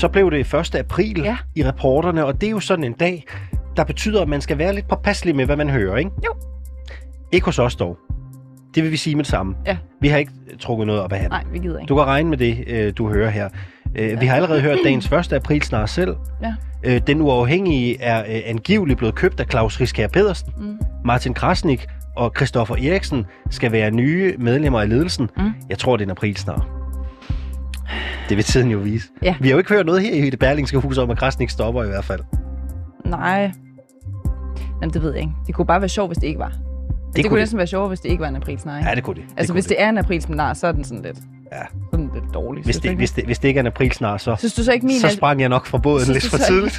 så blev det 1. april i reporterne, og det er jo sådan en dag, der betyder, at man skal være lidt påpasselig med, hvad man hører, ikke? Jo. Ikke hos os dog. Det vil vi sige med det samme. Ja. Vi har ikke trukket noget op af hatten. Nej, vi gider ikke. Du kan regne med det, du hører her. Vi har allerede hørt dagens 1. april snart selv. Ja. Den Uafhængige er angiveligt blevet købt af Claus Riskær Pedersen. Martin Krasnik og Christoffer Eriksen skal være nye medlemmer af ledelsen. Jeg tror, det er en april snart. Det vil tiden jo vise. Ja. Vi har jo ikke hørt noget her i det Berlingske Hus om, at Krasnik stopper i hvert fald. Nej. Jamen, det ved jeg ikke. Det kunne bare være sjovt, hvis det ikke var. Det kunne næsten være sjovt, hvis det ikke var en aprilsnar. Ja, det kunne det. Altså, hvis det er en aprilsnar, så er den sådan lidt... Ja. Sådan lidt dårlig. Hvis det ikke er en aprilsnar, så, synes du så, ikke så sprang jeg nok fra båden lidt for tidligt.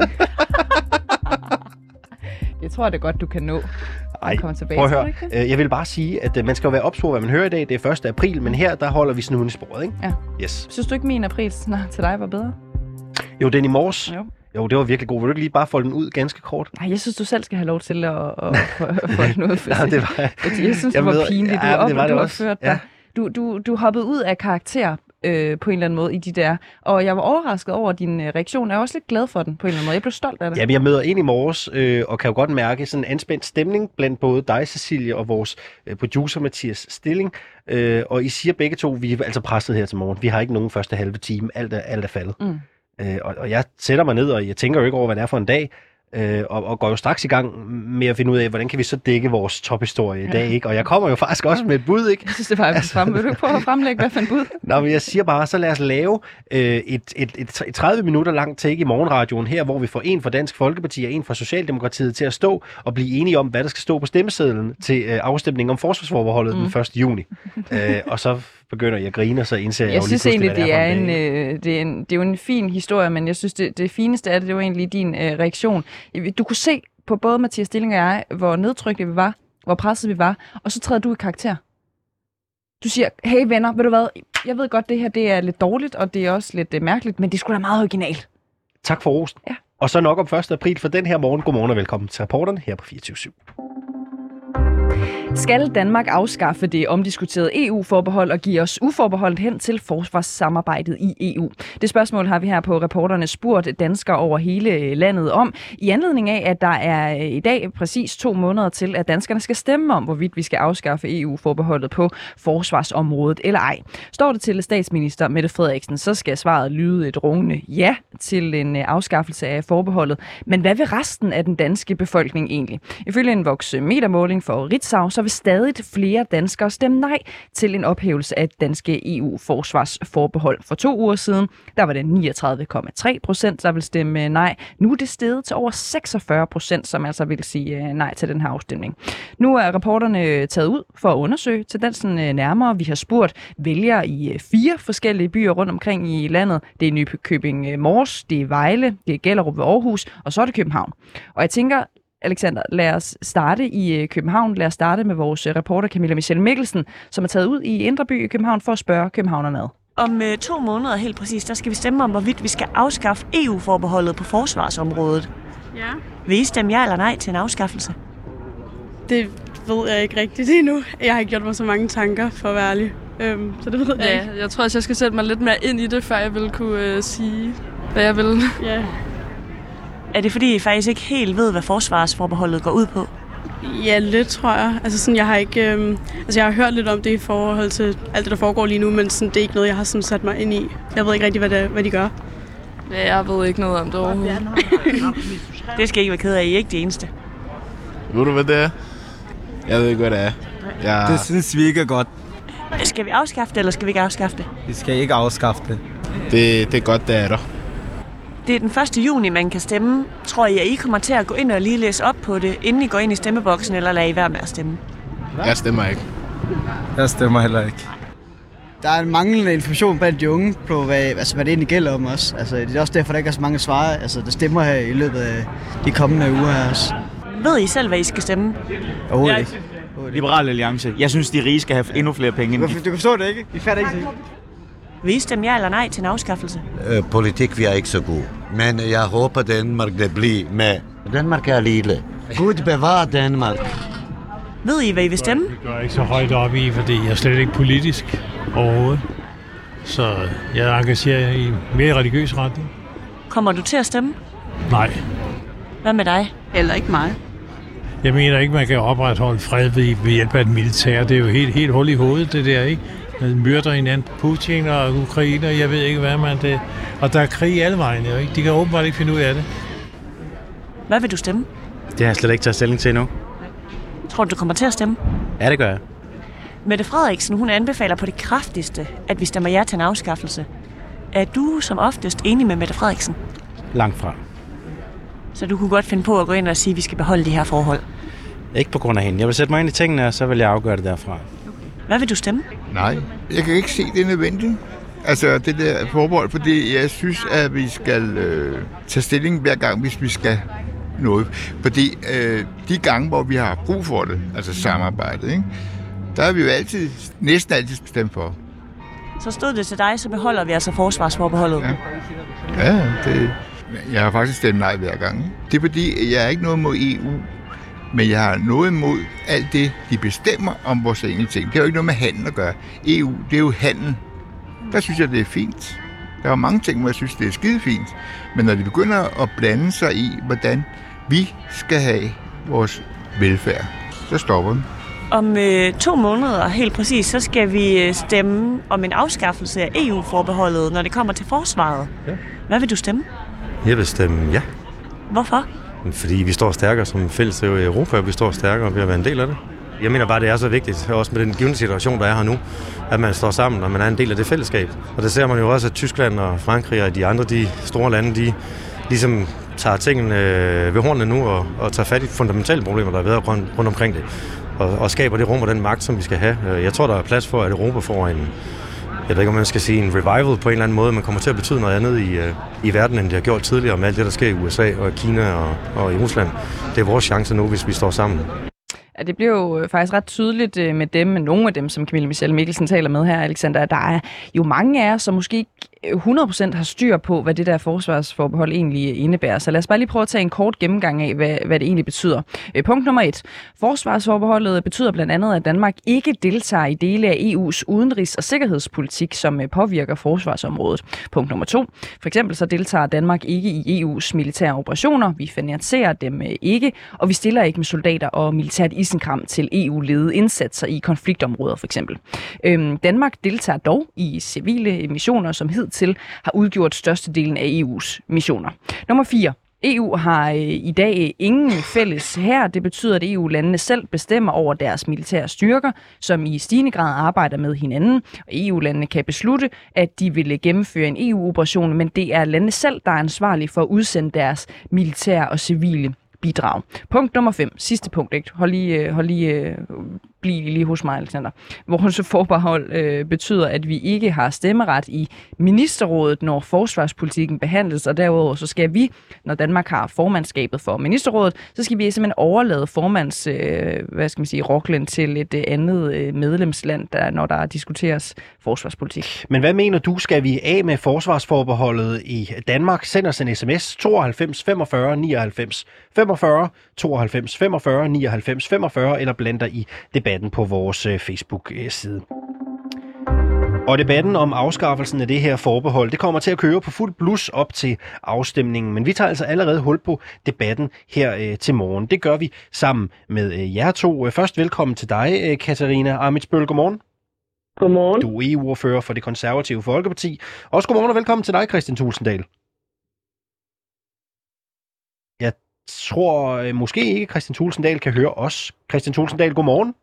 Jeg tror, det er godt, du kan nå. Ej, prøv at høre. Jeg vil bare sige, at man skal jo være ops på, hvad man hører i dag. Det er 1. april, men her, der holder vi snuden i sporet, ikke? Ja. Yes. Synes du ikke, min aprilsnar til dig var bedre? Jo, den i morges. Jo, det var virkelig god. Vil du ikke lige bare folde den ud ganske kort? Nej, jeg synes, du selv skal have lov til at folde den ud. Nej, det var... Jeg synes, det var pinligt. Du opførte dig. Du hoppede ud af karakter på en eller anden måde i de der. Og jeg var overrasket over din reaktion. Jeg er også lidt glad for den på en eller anden måde. Jeg blev stolt af det. Jamen, jeg møder ind i morges og kan jo godt mærke sådan en anspændt stemning blandt både dig, Cecilie, og vores producer, Mathias Stilling. Og I siger begge to, vi er altså presset her til morgen. Vi har ikke nogen første halve time. Alt er faldet. Og jeg sætter mig ned, og jeg tænker jo ikke over, hvad det er for en dag. Og går jo straks i gang med at finde ud af, hvordan kan vi så dække vores tophistorie i dag, ikke? Og jeg kommer jo faktisk også med et bud, ikke? Jeg synes, det var frem. Vil du ikke prøve at fremlægge, hvad for en bud? Nå, men jeg siger bare, så lad os lave et 30 minutter langt take i morgenradioen her, hvor vi får en fra Dansk Folkeparti og en fra Socialdemokratiet til at stå og blive enige om, hvad der skal stå på stemmesedlen til afstemningen om forsvarsforbeholdet den 1. juni. Og så begynder jeg at grine, og så indser jeg jo lige pludselig, hvad det er. Det er jo en fin historie, men jeg synes, det fineste af det var egentlig din reaktion. Du kunne se på både Mathias Stilling og jeg, hvor nedtrykte vi var, hvor presset vi var, og så træder du i karakter. Du siger, hey venner, ved du hvad, jeg ved godt, det her det er lidt dårligt, og det er også lidt mærkeligt, men det er sgu da meget originalt. Tak for rosen. Ja. Og så nok om 1. april for den her morgen. Godmorgen og velkommen til reporterne her på 24/7. Skal Danmark afskaffe det omdiskuterede EU-forbehold og give os uforbeholdt hen til forsvarssamarbejdet i EU? Det spørgsmål har vi her på reporterne spurgt danskere over hele landet om, i anledning af, at der er i dag præcis 2 måneder til, at danskerne skal stemme om, hvorvidt vi skal afskaffe EU-forbeholdet på forsvarsområdet eller ej. Står det til statsminister Mette Frederiksen, så skal svaret lyde et rungende ja til en afskaffelse af forbeholdet. Men hvad vil resten af den danske befolkning egentlig? Ifølge en Vox-metermåling for Ritzau, så vil stadig flere danskere stemme nej til en ophævelse af danske EU-forsvarsforbehold. For 2 uger siden, der var det 39,3%, der vil stemme nej. Nu er det steget til over 46%, som altså vil sige nej til den her afstemning. Nu er reporterne taget ud for at undersøge tendensen nærmere. Vi har spurgt vælgere i 4 forskellige byer rundt omkring i landet. Det er Nykøbing Mors, det er Vejle, det er Gellerup ved Aarhus, og så er det København. Og jeg tænker, Alexander, lad os starte i København. Lad os starte med vores reporter Camilla Michelle Mikkelsen, som er taget ud i Indre By i København for at spørge københavnerne ad. Om 2 måneder helt præcis, der skal vi stemme om, hvorvidt vi skal afskaffe EU-forbeholdet på forsvarsområdet. Ja. Vil I stemme ja eller nej til en afskaffelse? Det ved jeg ikke rigtigt endnu. Jeg har ikke gjort mig så mange tanker, for at være ærlig. Så det ved jeg ikke. Jeg tror også, jeg skal sætte mig lidt mere ind i det, før jeg vil kunne sige, hvad jeg vil. Ja. Er det fordi, I faktisk ikke helt ved, hvad forsvarsforbeholdet går ud på? Ja, lidt tror jeg. Altså sådan, jeg har ikke... jeg har hørt lidt om det i forhold til alt det, der foregår lige nu, men sådan, det er ikke noget, jeg har sådan sat mig ind i. Jeg ved ikke rigtig, hvad de gør. Ja, jeg ved ikke noget om det overhovedet. Det skal I ikke være ked af, I er ikke de eneste. Ved du, hvad det er? Jeg ved ikke, hvad det er. Det synes vi ikke er godt. Skal vi afskaffe det, eller skal vi ikke afskaffe det? Vi skal ikke afskaffe det. Det er godt, det er der. Det er den 1. juni, man kan stemme. Tror I, at I kommer til at gå ind og lige læse op på det, inden I går ind i stemmeboksen, eller lader I være med at stemme? Jeg stemmer ikke. Jeg stemmer heller ikke. Der er en manglende information blandt de unge på, hvad det egentlig gælder om os. Altså, det er også derfor, der ikke er så mange svar. Altså, der stemmer her i løbet af de kommende uger her også. Ved I selv, hvad I skal stemme? Overhovedet ikke. Liberal Alliance. Jeg synes, de rige skal have endnu flere penge. Du kan forstå det, ikke? I fatter ikke. Vil I stemme ja eller nej til en afskaffelse? Politik vi er ikke så god. Men jeg håber, Danmark det bliver med. Danmark er lille. Gud bevarer Danmark. Ved I, hvad I vil stemme? Det går ikke så højt op i, fordi jeg er slet ikke politisk overhovedet. Så jeg engagerer i mere religiøs retning. Kommer du til at stemme? Nej. Hvad med dig? Heller ikke mig. Jeg mener ikke, man kan opretholde fred ved hjælp af et militær. Det er jo helt hul i hovedet, det der, ikke? Man myrder hinanden, Putin og Ukraine, jeg ved ikke, hvad man det. Og der er krig alle vegne, ikke? De kan åbenbart ikke finde ud af det. Hvad vil du stemme? Det har jeg slet ikke taget stilling til endnu. Tror du kommer til at stemme? Ja, det gør jeg. Mette Frederiksen, hun anbefaler på det kraftigste, at vi stemmer ja til en afskaffelse. Er du som oftest enig med Mette Frederiksen? Langt fra. Så du kunne godt finde på at gå ind og sige, at vi skal beholde de her forhold? Ikke på grund af hende. Jeg vil sætte mig ind i tingene, og så vil jeg afgøre det derfra. Hvad vil du stemme? Nej, jeg kan ikke se, det er nødvendigt. Altså det der forbehold, fordi jeg synes, at vi skal tage stilling hver gang, hvis vi skal noget. Fordi de gange, hvor vi har brug for det, altså samarbejdet, ikke? Der er vi jo næsten altid stemt for. Så stod det til dig, så beholder vi altså forsvarsforbeholdet. Ja, jeg har faktisk stemt nej hver gang. Det er fordi, jeg er ikke noget mod EU, men jeg har noget imod alt det, de bestemmer om vores egne ting. Det er jo ikke noget med handel at gøre. EU, det er jo handel. Der synes jeg, det er fint. Der er mange ting, hvor jeg synes, det er skide fint. Men når de begynder at blande sig i, hvordan vi skal have vores velfærd, så stopper den. Om 2 måneder, helt præcis, så skal vi stemme om en afskaffelse af EU-forbeholdet, når det kommer til forsvaret. Ja. Hvad vil du stemme? Jeg vil stemme ja. Hvorfor? Fordi vi står stærkere som fælles i Europa, og vi står stærkere ved at være en del af det. Jeg mener bare, det er så vigtigt, også med den givne situation, der er her nu, at man står sammen, og man er en del af det fællesskab. Og det ser man jo også, at Tyskland og Frankrig og de andre de store lande, de ligesom tager tingene ved hornene nu og tager fat i fundamentale problemer, der er ved rundt omkring det. Og skaber det rum og den magt, som vi skal have. Jeg tror, der er plads for, at Europa får jeg ved ikke, om man skal sige en revival på en eller anden måde, men kommer til at betyde noget andet i verden, end det har gjort tidligere med alt det, der sker i USA og Kina og i Rusland. Det er vores chance nu, hvis vi står sammen. Ja, det bliver jo faktisk ret tydeligt med nogle af dem, som Camilla Michelle Mikkelsen taler med her, Alexander, at der er jo mange af os, som måske ikke 100% har styr på, hvad det der forsvarsforbehold egentlig indebærer. Så lad os bare lige prøve at tage en kort gennemgang af, hvad det egentlig betyder. Punkt nummer 1. Forsvarsforbeholdet betyder blandt andet, at Danmark ikke deltager i dele af EU's udenrigs- og sikkerhedspolitik, som påvirker forsvarsområdet. Punkt nummer 2. For eksempel så deltager Danmark ikke i EU's militære operationer. Vi finansierer dem ikke, og vi stiller ikke med soldater og militært isenkram til EU-ledede indsatser i konfliktområder for eksempel. Danmark deltager dog i civile missioner, som hidtil har udgjort størstedelen af EU's missioner. Nummer 4. EU har i dag ingen fælles hær. Det betyder, at EU-landene selv bestemmer over deres militære styrker, som i stigende grad arbejder med hinanden. Og EU-landene kan beslutte, at de vil gennemføre en EU-operation, men det er landene selv, der er ansvarlige for at udsende deres militære og civile bidrag. Punkt nummer 5. Sidste punkt, ikke? Bliv lige hos mig, Alexander. Vores forbehold betyder, at vi ikke har stemmeret i ministerrådet, når forsvarspolitikken behandles, og derudover så skal vi, når Danmark har formandskabet for ministerrådet, så skal vi simpelthen overlade formands, roklen til et andet medlemsland, når der diskuteres forsvarspolitik. Men hvad mener du, skal vi af med forsvarsforbeholdet i Danmark? Send os en sms 92 45 99 45 92 45 99 45 eller bland dig i debatten på vores Facebook-side. Og debatten om afskaffelsen af det her forbehold, det kommer til at køre på fuld blus op til afstemningen. Men vi tager altså allerede hul på debatten her til morgen. Det gør vi sammen med jer to. Først velkommen til dig, Katarina Amitsbøl. Godmorgen. Godmorgen. Du er EU-ordfører for Det Konservative Folkeparti. Også godmorgen og velkommen til dig, Kristian Thulesen Dahl. Jeg tror måske ikke, Kristian Thulesen Dahl kan høre os. Kristian Thulesen Dahl, godmorgen.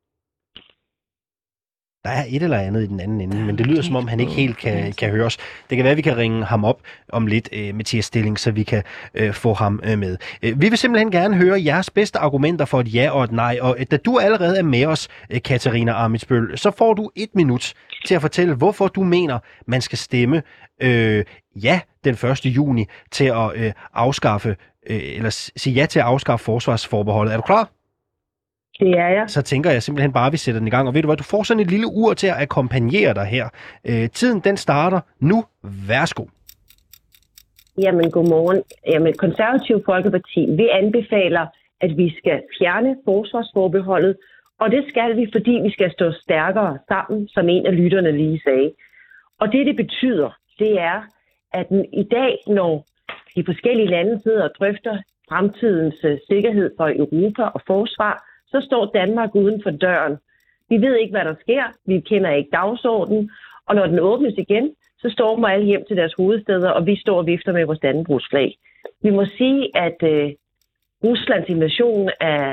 Der er et eller andet i den anden ende, men det lyder som om, han ikke helt kan høre os. Det kan være, at vi kan ringe ham op om lidt, Mathias Stilling, så vi kan få ham med. Vi vil simpelthen gerne høre jeres bedste argumenter for et ja og et nej. Og da du allerede er med os, Katarina Amitsbøl, så får du 1 minut til at fortælle, hvorfor du mener, man skal stemme ja den 1. juni til at afskaffe, eller sige ja til at afskaffe forsvarsforbeholdet. Er du klar? Det er jeg. Så tænker jeg simpelthen bare, at vi sætter den i gang. Og ved du hvad, du får sådan et lille ur til at akkompagnere dig her. Tiden, den starter nu. Værsgo. Jamen, godmorgen. Jamen, Konservative Folkeparti, vi anbefaler, at vi skal fjerne forsvarsforbeholdet. Og det skal vi, fordi vi skal stå stærkere sammen, som en af lytterne lige sagde. Og det betyder, det er, at i dag, når de forskellige lande sidder og drøfter fremtidens sikkerhed for Europa og forsvar, så står Danmark uden for døren. Vi ved ikke, hvad der sker. Vi kender ikke dagsordenen. Og når den åbnes igen, så stormer alle hjem til deres hovedsteder, og vi står og vifter med vores dannebrogsflag. Vi må sige, at Ruslands invasion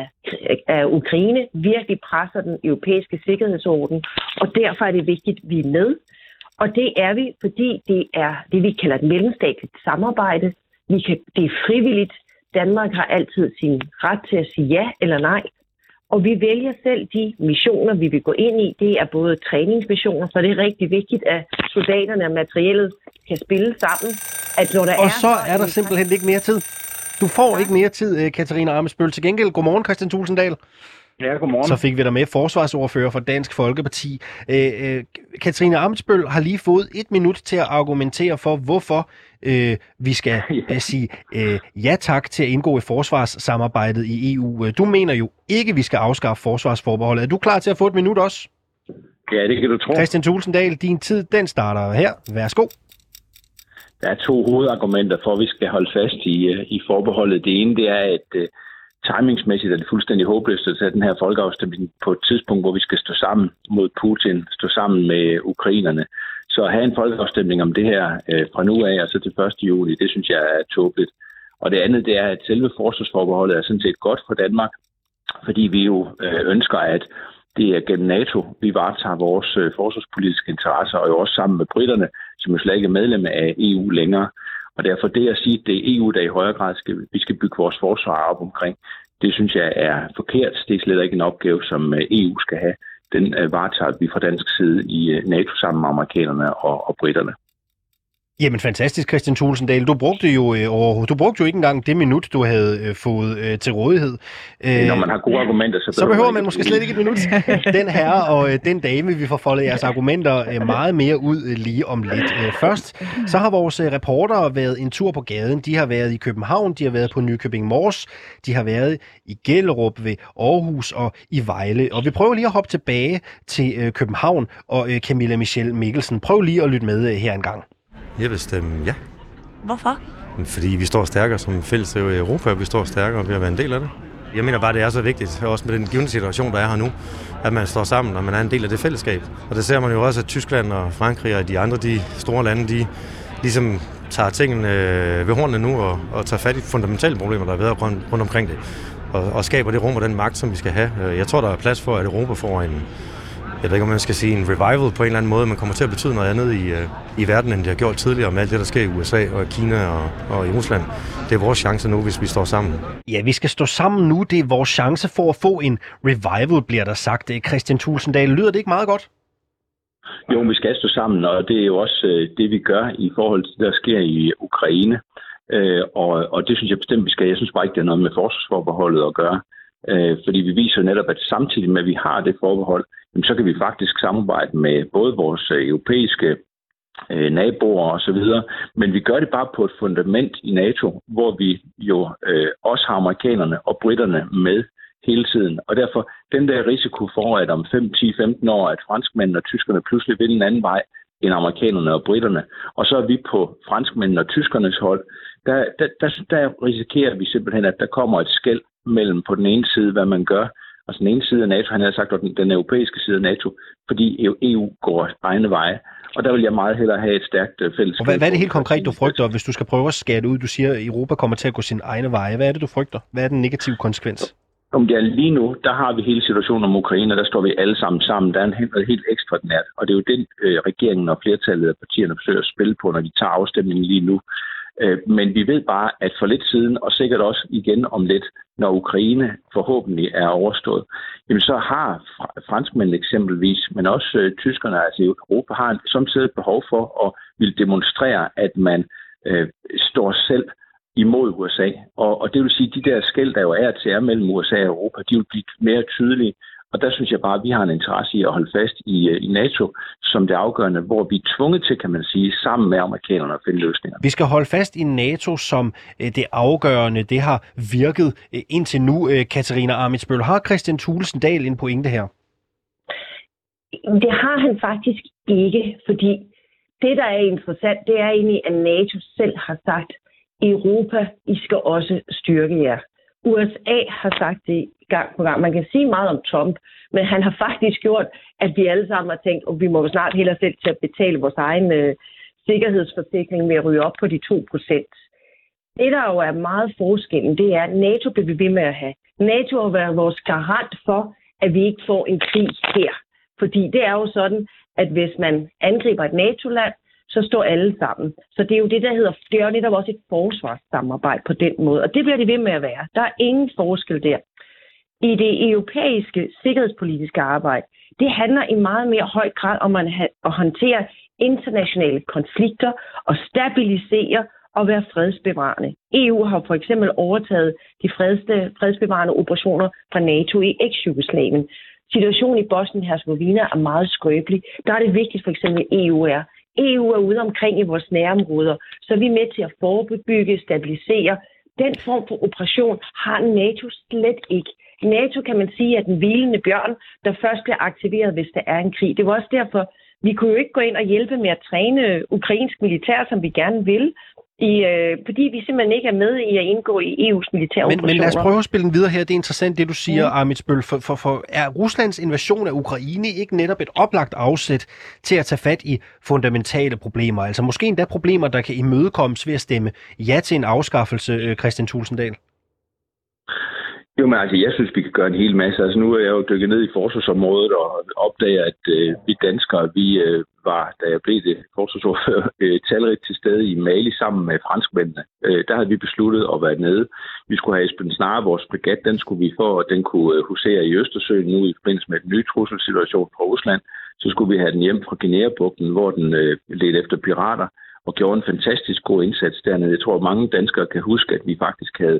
af Ukraine virkelig presser den europæiske sikkerhedsorden, og derfor er det vigtigt, at vi er med. Og det er vi, fordi det er det, vi kalder et mellemstatligt samarbejde. Det er frivilligt. Danmark har altid sin ret til at sige ja eller nej. Og vi vælger selv de missioner, vi vil gå ind i. Det er både træningsmissioner, så det er rigtig vigtigt, at soldaterne og materiellet kan spille sammen. At når der og så er der simpelthen ikke mere tid. Du får ikke mere tid, Katarina Ammitzbøll. Til gengæld, godmorgen, Kristian Thulesen Dahl. Ja, godmorgen. Så fik vi dig med, forsvarsordfører for Dansk Folkeparti. Katarina Ammitzbøll har lige fået 1 minut til at argumentere for, hvorfor vi skal sige ja tak til at indgå i forsvarssamarbejdet i EU. Du mener jo ikke, vi skal afskaffe forsvarsforbeholdet. Er du klar til at få 1 minut også? Ja, det kan du tro. Kristian Thulesen Dahl, din tid, den starter her. Værsgo. Der er 2 hovedargumenter for, at vi skal holde fast i forbeholdet. Det ene, det er, at timingsmæssigt er det fuldstændig håbløst at tage den her folkeafstemning på et tidspunkt, hvor vi skal stå sammen mod Putin, stå sammen med ukrainerne. Så at have en folkeafstemning om det her fra nu af og så til 1. juli, det synes jeg er tåbeligt. Og det andet, det er, at selve forsvarsforbeholdet er sådan set godt for Danmark, fordi vi jo ønsker, at det er gennem NATO, vi varetager vores forsvarspolitiske interesser, og jo også sammen med briterne, som jo slet ikke er medlem af EU længere. Og derfor det at sige, at det er EU, der i højere grad vi skal bygge vores forsvar op omkring, det synes jeg er forkert. Det er slet ikke en opgave, som EU skal have. Den varetager vi fra dansk side i NATO sammen med amerikanerne og briterne. Jamen fantastisk, Kristian Thulesen Dahl. Du brugte jo ikke engang det minut, du havde fået til rådighed. Når man har gode argumenter, så behøver man måske slet ikke et minut. Den herre og den dame, vi får foldet jeres argumenter meget mere ud lige om lidt. Først, så har vores reportere været en tur på gaden. De har været i København, de har været på Nykøbing Mors, de har været i Gellerup, ved Aarhus og i Vejle. Og vi prøver lige at hoppe tilbage til København og Camilla Michelle Mikkelsen. Prøv lige at lytte med her en gang. Jeg vil stemme ja. Hvorfor? Fordi vi står stærkere som fælles i Europa, og vi står stærkere ved at være en del af det. Jeg mener bare, det er så vigtigt, også med den givne situation, der er her nu, at man står sammen, og man er en del af det fællesskab. Og det ser man jo også, at Tyskland og Frankrig og de andre de store lande, de ligesom tager tingene ved hornene nu og tager fat i fundamentale problemer, der er været rundt omkring det. Og skaber det rum og den magt, som vi skal have. Jeg tror, der er plads for, at Europa får jeg ved ikke, om man skal sige en revival på en eller anden måde, men kommer til at betyde noget andet i verden, end det har gjort tidligere med alt det, der sker i USA og Kina og i Rusland. Det er vores chance nu, hvis vi står sammen. Ja, vi skal stå sammen nu. Det er vores chance for at få en revival, bliver der sagt. Kristian Thulesen Dahl, lyder det ikke meget godt? Jo, vi skal stå sammen, og det er jo også det, vi gør i forhold til det, der sker i Ukraine. Og det synes jeg bestemt, vi skal. Jeg synes bare ikke, det er noget med forsvarsforbeholdet at gøre. Fordi vi viser netop, at samtidig med, at vi har det forbehold, så kan vi faktisk samarbejde med både vores europæiske naboer og så videre. Men vi gør det bare på et fundament i NATO, hvor vi jo også har amerikanerne og britterne med hele tiden. Og derfor den der risiko for, at om 5, 10, 15 år, at franskmændene og tyskerne pludselig vil en anden vej end amerikanerne og britterne, og så er vi på franskmændene og tyskernes hold, der risikerer vi simpelthen, at der kommer et skel mellem på den ene side, hvad man gør, og den ene side af NATO, han havde sagt, den europæiske side af NATO, fordi EU går egne veje. Og der vil jeg meget hellere have et stærkt fællesskab. Og hvad er det helt konkret, du frygter, hvis du skal prøve at skære det ud? Du siger, at Europa kommer til at gå sin egne veje. Hvad er det, du frygter? Hvad er den negative konsekvens? Lige nu, der har vi hele situationen om Ukraine, der står vi alle sammen. Der er noget helt ekstraordinært. Og det er jo den, regeringen og flertallet af partierne forsøger at spille på, når de tager afstemningen lige nu. Men vi ved bare, at for lidt siden, og sikkert også igen om lidt, når Ukraine forhåbentlig er overstået, jamen så har franskmændene eksempelvis, men også tyskerne, altså Europa, har samtidig et behov for at ville demonstrere, at man står selv imod USA. Og det vil sige, at de der skel, der jo er til mellem USA og Europa, de vil blive mere tydelige. Og der synes jeg bare, at vi har en interesse i at holde fast i NATO som det afgørende, hvor vi er tvunget til, kan man sige, sammen med amerikanerne at finde løsninger. Vi skal holde fast i NATO som det afgørende. Det har virket indtil nu. Katarina Ammitzbøll, har Kristian Thulesen Dahl en pointe her? Det har han faktisk ikke, fordi Det, der er interessant, det er egentlig, at NATO selv har sagt, Europa, I skal også styrke jer. USA har sagt det gang på gang. Man kan sige meget om Trump, men han har faktisk gjort, at vi alle sammen har tænkt, at vi må snart hellere selv til at betale vores egen sikkerhedsforsikring med at ryge op på de 2%. Det, der jo er meget forskellen, det er, at NATO bliver vi ved med at have. NATO har været vores garant for, at vi ikke får en krig her. Fordi det er jo sådan, at hvis man angriber et NATO-land, så står alle sammen. Så det er jo det, der hedder, det er jo netop også et forsvarssamarbejde på den måde. Og det bliver det ved med at være. Der er ingen forskel der. I det europæiske sikkerhedspolitiske arbejde, det handler i meget mere høj grad om at håndtere internationale konflikter og stabilisere og være fredsbevarende. EU har for eksempel overtaget de fredsbevarende operationer fra NATO i eks-Jugoslavien. Situationen i Bosnien-Herzegovina er meget skrøbelig. Der er det vigtigt for eksempel, at EU er ude omkring i vores nærområder, så vi er med til at forebygge, stabilisere. Den form for operation har NATO slet ikke. NATO kan man sige er den hvilende bjørn, der først bliver aktiveret, hvis der er en krig. Det var også derfor, vi kunne jo ikke gå ind og hjælpe med at træne ukrainsk militær, som vi gerne vil, fordi vi simpelthen ikke er med i at indgå i EU's militære operationer. Men lad os prøve at spille den videre her. Det er interessant, det du siger, Amitsbøl. For er Ruslands invasion af Ukraine ikke netop et oplagt afsæt til at tage fat i fundamentale problemer? Altså måske endda problemer, der kan imødekommes ved at stemme ja til en afskaffelse, Kristian Thulesen Dahl? Jo, men altså, jeg synes, vi kan gøre en hel masse. Altså, nu er jeg jo dykket ned i forsvarsområdet og opdager, at vi danskere, vi var, da jeg blev det forsvarsordfører, talrigt til stede i Mali sammen med franskmændene. Der havde vi besluttet at være nede. Vi skulle have Esben Snare, vores brigat, den skulle vi få, og den kunne husere i Østersøen nu i forbindelse med den nye trusselsituation fra Rusland. Så skulle vi have den hjem fra Guinea-bugten, hvor den ledte efter pirater og gjorde en fantastisk god indsats dernede. Jeg tror, at mange danskere kan huske, at vi faktisk havde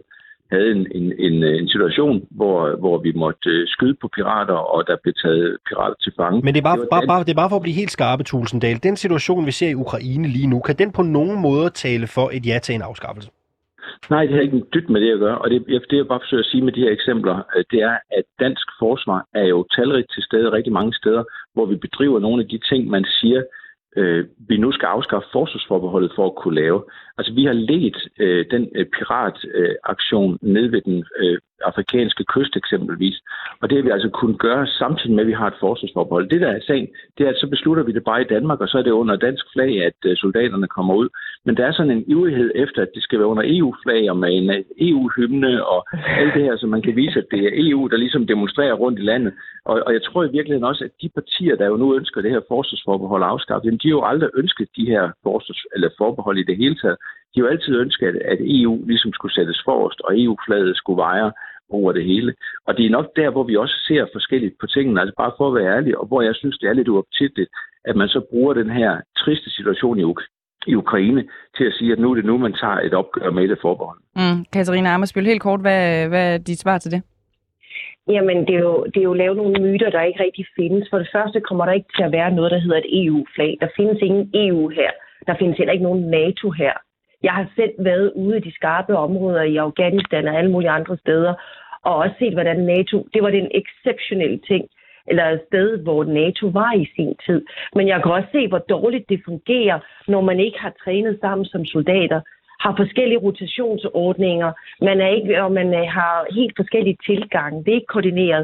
en situation, hvor vi måtte skyde på pirater, og der blev taget pirater til fange. Men det er bare for at blive helt skarpe, Thulesen Dahl. Den situation, vi ser i Ukraine lige nu, kan den på nogen måde tale for et ja til en afskaffelse? Nej, det har ikke en dyt med det at gøre, og det jeg bare forsøger at sige med de her eksempler, det er, at dansk forsvar er jo talrigt til stede rigtig mange steder, hvor vi bedriver nogle af de ting, man siger, vi nu skal afskaffe forsvarsforbeholdet for at kunne lave. Altså, vi har ledt den pirataktion ned ved den afrikanske kyst eksempelvis, og det har vi altså kunnet gøre samtidig med, at vi har et forsvarsforbehold. Det, der er sagen, det er, at så beslutter vi det bare i Danmark, og så er det under dansk flag, at soldaterne kommer ud. Men der er sådan en ivrighed efter, at det skal være under EU-flag og med en EU-hymne og alt det her, så man kan vise, at det er EU, der ligesom demonstrerer rundt i landet. Og jeg tror i virkeligheden også, at de partier, der jo nu ønsker det her forsvarsforbehold afskaffet, de har jo aldrig ønsket de her forbehold i det hele taget. De har jo altid ønsket, at EU ligesom skulle sættes forrest, og EU-flaget skulle veje over det hele. Og det er nok der, hvor vi også ser forskelligt på tingene, altså bare for at være ærlig, og hvor jeg synes, det er lidt uoptitligt, at man så bruger den her triste situation i Ukraine til at sige, at nu er det nu, man tager et opgør med det forbehold. Katarina Amitsbøl, helt kort, hvad er dit svar til det? Jamen, det er jo lavet nogle myter, der ikke rigtig findes. For det første kommer der ikke til at være noget, der hedder et EU-flag. Der findes ingen EU her. Der findes heller ikke nogen NATO her. Jeg har selv været ude i de skarpe områder i Afghanistan og alle mulige andre steder, og også set, hvordan NATO, det var den exceptionelle ting, eller et sted, hvor NATO var i sin tid. Men jeg kan også se, hvor dårligt det fungerer, når man ikke har trænet sammen som soldater, har forskellige rotationsordninger, man har helt forskellige tilgange. Det er ikke koordineret.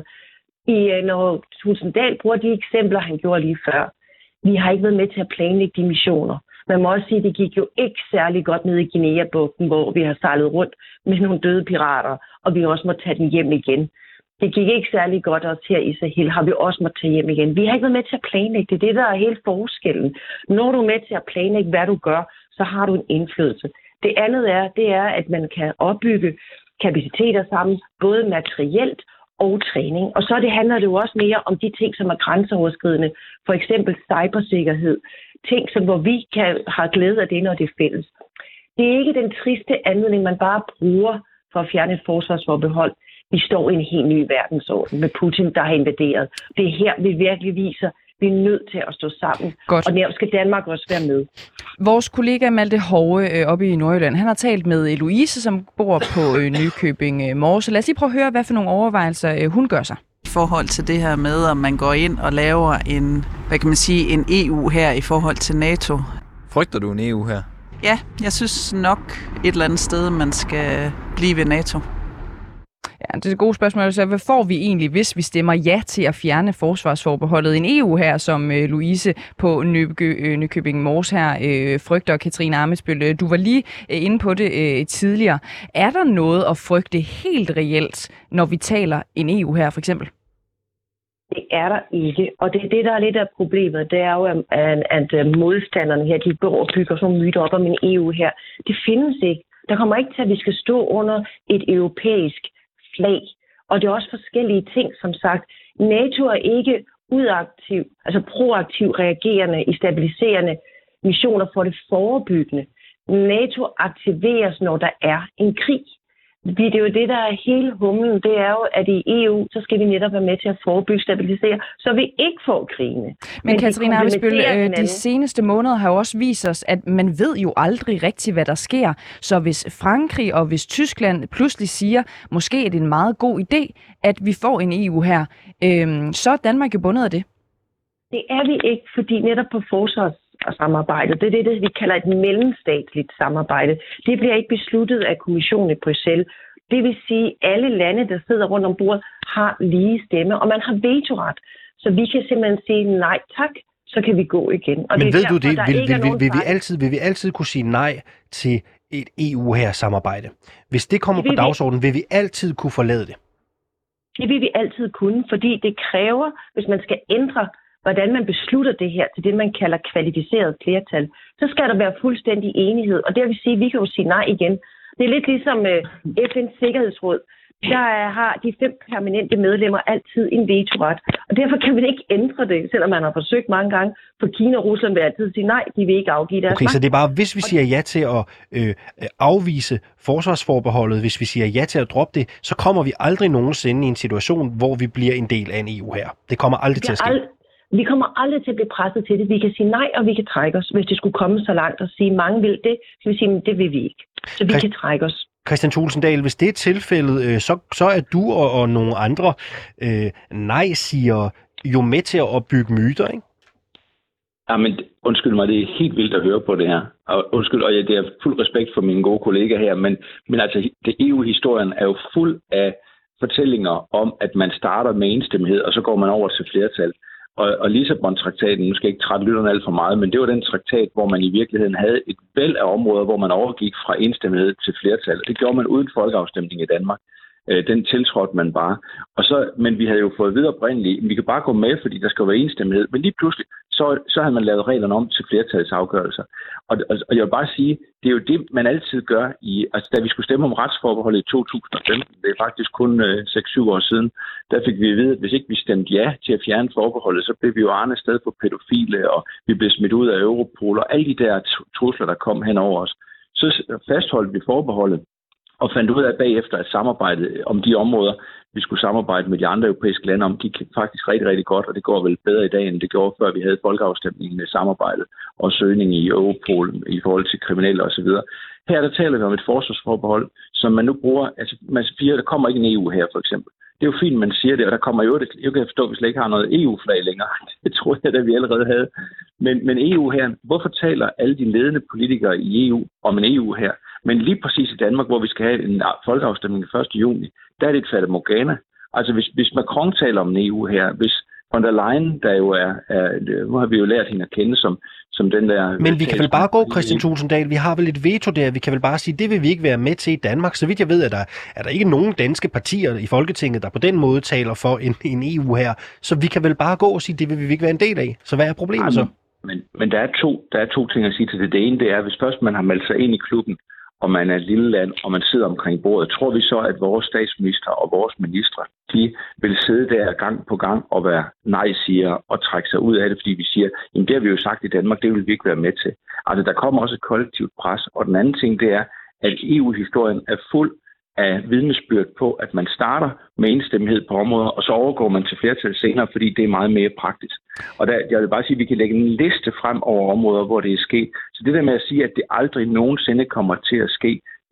Når Thulesen Dahl bruger de eksempler, han gjorde lige før, vi har ikke været med til at planlægge de missioner. Man må også sige, at det gik jo ikke særlig godt ned i Guinea-bugten, hvor vi har sejlet rundt med nogle døde pirater, og vi også må tage den hjem igen. Det gik ikke særlig godt også her i Sahel, har vi også måttet tage hjem igen. Vi har ikke været med til at planlægge det. Det er det, der er helt forskellen. Når du er med til at planlægge, hvad du gør, så har du en indflydelse. Det andet det er, at man kan opbygge kapaciteter sammen, både materielt og træning. Og så handler det jo også mere om de ting, som er grænseoverskridende. For eksempel cybersikkerhed. Ting, hvor vi har glæde af det, når det er fælles. Det er ikke den triste anledning, man bare bruger for at fjerne et forsvarsforbehold. Vi står i en helt ny verdensorden med Putin, der har invaderet. Det er her, vi virkelig viser, vi er nødt til at stå sammen. Godt. Og der skal Danmark også være med. Vores kollega Malte Hove oppe i Nordjylland, han har talt med Louise, som bor på Nykøbing Mors. Lad os lige prøve at høre, hvad for nogle overvejelser hun gør sig. I forhold til det her med, om man går ind og laver en EU her i forhold til NATO. Frygter du en EU her? Ja, jeg synes nok et eller andet sted, man skal blive ved NATO. Ja, det er et godt spørgsmål. Så hvad får vi egentlig, hvis vi stemmer ja til at fjerne forsvarsforbeholdet? En EU her, som Louise på Nykøbing Mors her frygter, Katrine Ammitzbøll. Du var lige inde på det tidligere. Er der noget at frygte helt reelt, når vi taler en EU her, for eksempel? Det er der ikke, og det er det, der er lidt af problemet. Det er jo, at modstanderne her, de bygger sådan nogle myter op om en EU her. Det findes ikke. Der kommer ikke til, at vi skal stå under et europæisk flag. Og det er også forskellige ting, som sagt. NATO er ikke udaktiv, altså proaktiv reagerende i stabiliserende missioner for det forebyggende. NATO aktiveres, når der er en krig. Det er jo det, der er hele humlen. Det er jo, at i EU, så skal vi netop være med til at forebygge, stabilisere, så vi ikke får krigene. Men Katrine Ammitzbøll, de seneste måneder har jo også vist os, at man ved jo aldrig rigtigt, hvad der sker. Så hvis Frankrig og hvis Tyskland pludselig siger, måske er det en meget god idé, at vi får en EU her, så er Danmark jo bundet af det. Det er vi ikke, fordi netop på forsvarssamarbejdet, det er det, vi kalder et mellemstatsligt samarbejde. Det bliver ikke besluttet af kommissionen i Bruxelles. Det vil sige, at alle lande, der sidder rundt om bordet, har lige stemme, og man har vetoret. Så vi kan simpelthen sige nej tak, så kan vi gå igen. Og men det ved derfor, du det, vil vi altid kunne sige nej til et EU her samarbejde? Hvis det kommer på dagsordenen, vil vi altid kunne forlade det? Det vil vi altid kunne, fordi det kræver, hvis man skal ændre hvordan man beslutter det her til det, man kalder kvalificeret flertal, så skal der være fuldstændig enighed. Og det vil sige, at vi kan jo sige nej igen. Det er lidt ligesom FN's Sikkerhedsråd. Der har de 5 permanente medlemmer altid en vetoret. Og derfor kan man ikke ændre det, selvom man har forsøgt mange gange. For Kina og Rusland vil altid sige nej, de vil ikke afgive deres magt. Så det er bare, hvis vi siger ja til at afvise forsvarsforbeholdet, hvis vi siger ja til at droppe det, så kommer vi aldrig nogensinde i en situation, hvor vi bliver en del af en EU her. Det kommer aldrig til at ske. Vi kommer aldrig til at blive presset til det. Vi kan sige nej, og vi kan trække os, hvis det skulle komme så langt og sige, mange vil det. Så vi siger, det vil vi ikke. Så vi kan trække os. Christian Thulesen Dahl, hvis det er tilfældet, så er du og nogle andre nej-siger jo med til at bygge myter, ikke? Ja, men undskyld mig, det er helt vildt at høre på det her. Og det er fuld respekt for mine gode kollegaer her, men altså, EU-historien er jo fuld af fortællinger om, at man starter med enstemmighed, og så går man over til flertal. Og Lissabon-traktaten, nu skal jeg ikke trætte lytterne alt for meget, men det var den traktat, hvor man i virkeligheden havde et væld af områder, hvor man overgik fra enstemmighed til flertal. Det gjorde man uden folkeafstemning i Danmark. Den tiltrådte man bare. Men vi havde jo fået videre oprindeligt, vi kan bare gå med, fordi der skal være enstemmighed. Men lige pludselig, så havde man lavet reglerne om til flertalsafgørelser. Og jeg vil bare sige, det er jo det, man altid gør da vi skulle stemme om retsforbeholdet i 2015, det er faktisk kun 6-7 år siden, der fik vi at vide, at hvis ikke vi stemte ja til at fjerne forbeholdet, så blev vi jo arne sted på pædofile, og vi blev smidt ud af Europol, og alle de der trusler, der kom hen over os. Så fastholdt vi forbeholdet, og fandt ud af bagefter at samarbejde om de områder, vi skulle samarbejde med de andre europæiske lande om, gik faktisk rigtig, rigtig godt, og det går vel bedre i dag, end det gjorde, før vi havde folkeafstemningen med samarbejdet og søgning i Europol i forhold til kriminelle osv. Her der taler vi om et forsvarsforbehold, som man nu bruger, altså man siger, der kommer ikke en EU her for eksempel. Det er jo fint, man siger det, og der kommer jo det. Jeg kan forstå, at vi slet ikke har noget EU-flag længere. Det tror jeg, at vi allerede havde. Men EU her, hvorfor taler alle de ledende politikere i EU om en EU her? Men lige præcis i Danmark, hvor vi skal have en folkeafstemning 1. juni, der er det et fatamorgana. Altså hvis Macron taler om en EU her, hvis von der Leyen, der jo nu har vi jo lært hende at kende som den der... Men vi kan vel bare gå, Christian Thulesen Dahl, vi har vel et veto der, vi kan vel bare sige, det vil vi ikke være med til i Danmark. Så vidt jeg ved, er der ikke nogen danske partier i Folketinget, der på den måde taler for en EU her. Så vi kan vel bare gå og sige, det vil vi ikke være en del af. Så hvad er problemet så? Men der er to ting at sige til det. Det ene, det er, hvis først man har meldt sig ind i klubben, og man er et lille land, og man sidder omkring bordet, tror vi så, at vores statsminister og vores ministre, de vil sidde der gang på gang og være nej-siger og trække sig ud af det, fordi vi siger, jamen det har vi jo sagt i Danmark, det vil vi ikke være med til. Altså der kommer også et kollektivt pres, og den anden ting, det er, at EU-historien er fuld af vidnesbyrd på, at man starter med enstemmighed på områder, og så overgår man til flertal senere, fordi det er meget mere praktisk. Og jeg vil bare sige, at vi kan lægge en liste frem over områder, hvor det er sket. Så det der med at sige, at det aldrig nogensinde kommer til at ske,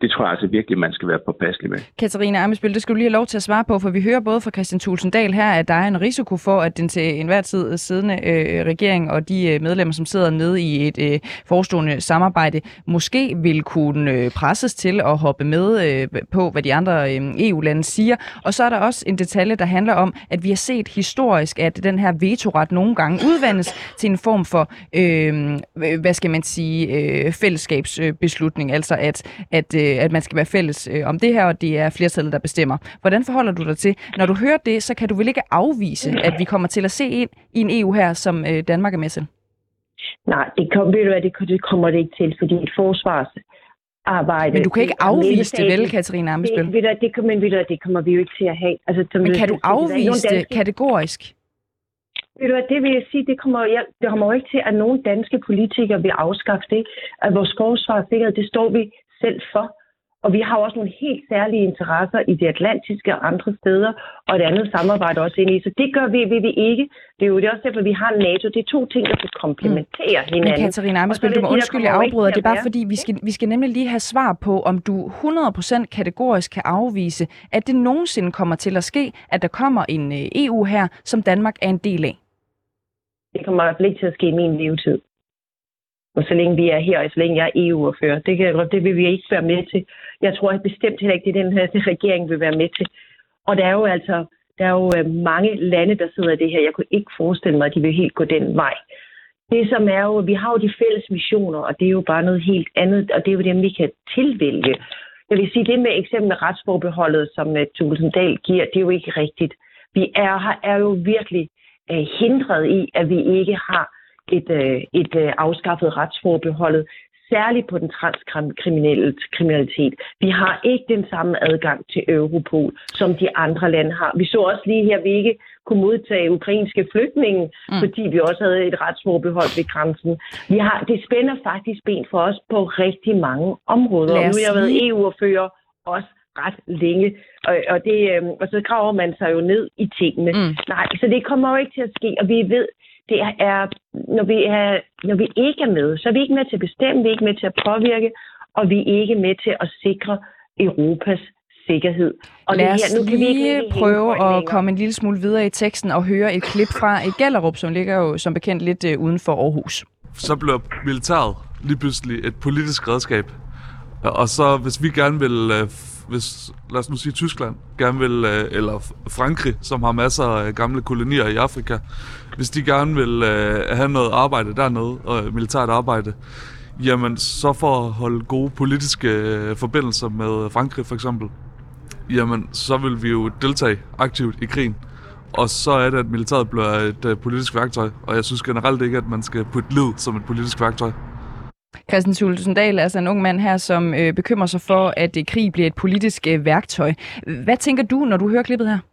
Det tror jeg altså virkelig, man skal være påpasselig med. Katarina Ammitzbøll, det skal du lige have lov til at svare på, for vi hører både fra Kristian Thulesen Dahl her, at der er en risiko for, at den til enhver tid siddende regering og de medlemmer, som sidder nede i et forestående samarbejde, måske vil kunne presses til at hoppe med på, hvad de andre EU-lande siger. Og så er der også en detalje, der handler om, at vi har set historisk, at den her vetoret nogle gange udvandes til en form for, hvad skal man sige, fællesskabsbeslutning, altså at man skal være fælles om det her, og det er flertallet, der bestemmer. Hvordan forholder du dig til? Når du hører det, så kan du vel ikke afvise, at vi kommer til at se ind i en EU her, som Danmark er med til? Nej, det kommer det ikke til, fordi et forsvarsarbejde... Men du kan ikke afvise det vel, Katarina Ammitzbøll? Det kommer vi jo ikke til at have. Altså, men kan du afvise det kategorisk? Ved du hvad, det vil jeg sige, det kommer jo ikke til, at nogen danske politikere vil afskaffe det. At vores forsvar og sikkerhed, det står vi selv for. Og vi har også nogle helt særlige interesser i det atlantiske og andre steder, og et andet samarbejde også ind i. Så det gør vi ikke. Det er jo det også derfor, vi har NATO. Det er to ting, der kan komplementere hinanden. Men Katarina Ammitzbøll, du må undskylde, jeg afbryder. Det er bare fordi, vi skal nemlig lige have svar på, om du 100% kategorisk kan afvise, at det nogensinde kommer til at ske, at der kommer en EU her, som Danmark er en del af. Det kommer i hvert fald ikke til at ske i min levetid. Og så længe vi er her, og så længe jeg er EU-ordfører, det vil vi ikke være med til. Jeg tror bestemt heller ikke, det er den her regering vil være med til. Og der er jo mange lande, der sidder i det her. Jeg kunne ikke forestille mig, at de vil helt gå den vej. Det som er jo, vi har jo de fælles missioner, og det er jo bare noget helt andet, og det er jo dem, vi kan tilvælge. Jeg vil sige, det med eksempel med retsforbeholdet, som Thulesen Dahl giver, det er jo ikke rigtigt. Vi er jo virkelig hindret i, at vi ikke har et afskaffet retsforbeholdet, særligt på den transkriminalitet. Vi har ikke den samme adgang til Europol, som de andre lande har. Vi så også lige her, at vi ikke kunne modtage ukrainske flygtninge, fordi vi også havde et retsforbehold ved grænsen. Det spænder faktisk ben for os på rigtig mange områder. Og nu har jeg været EU-ordfører også ret længe, og så graver man sig jo ned i tingene. Nej, så det kommer jo ikke til at ske, og vi ved, det er, når vi ikke er med, så er vi ikke med til at bestemme, vi er ikke med til at påvirke, og vi er ikke med til at sikre Europas sikkerhed. Og lad os lige prøve at komme en lille smule videre i teksten og høre et klip fra et Gellerup, som ligger jo som bekendt lidt uden for Aarhus. Så bliver militæret lige pludselig et politisk redskab. Og så hvis vi gerne vil, lad os nu sige Tyskland, gerne vil, eller Frankrig, som har masser af gamle kolonier i Afrika, hvis de gerne vil have noget arbejde dernede, og militært arbejde, jamen så for at holde gode politiske forbindelser med Frankrig for eksempel, jamen så vil vi jo deltage aktivt i krigen. Og så er det, at militæret bliver et politisk værktøj, og jeg synes generelt ikke, at man skal putte livet som et politisk værktøj. Kristian Thulesen Dahl er altså en ung mand her, som bekymrer sig for, at krig bliver et politisk værktøj. Hvad tænker du, når du hører klippet her?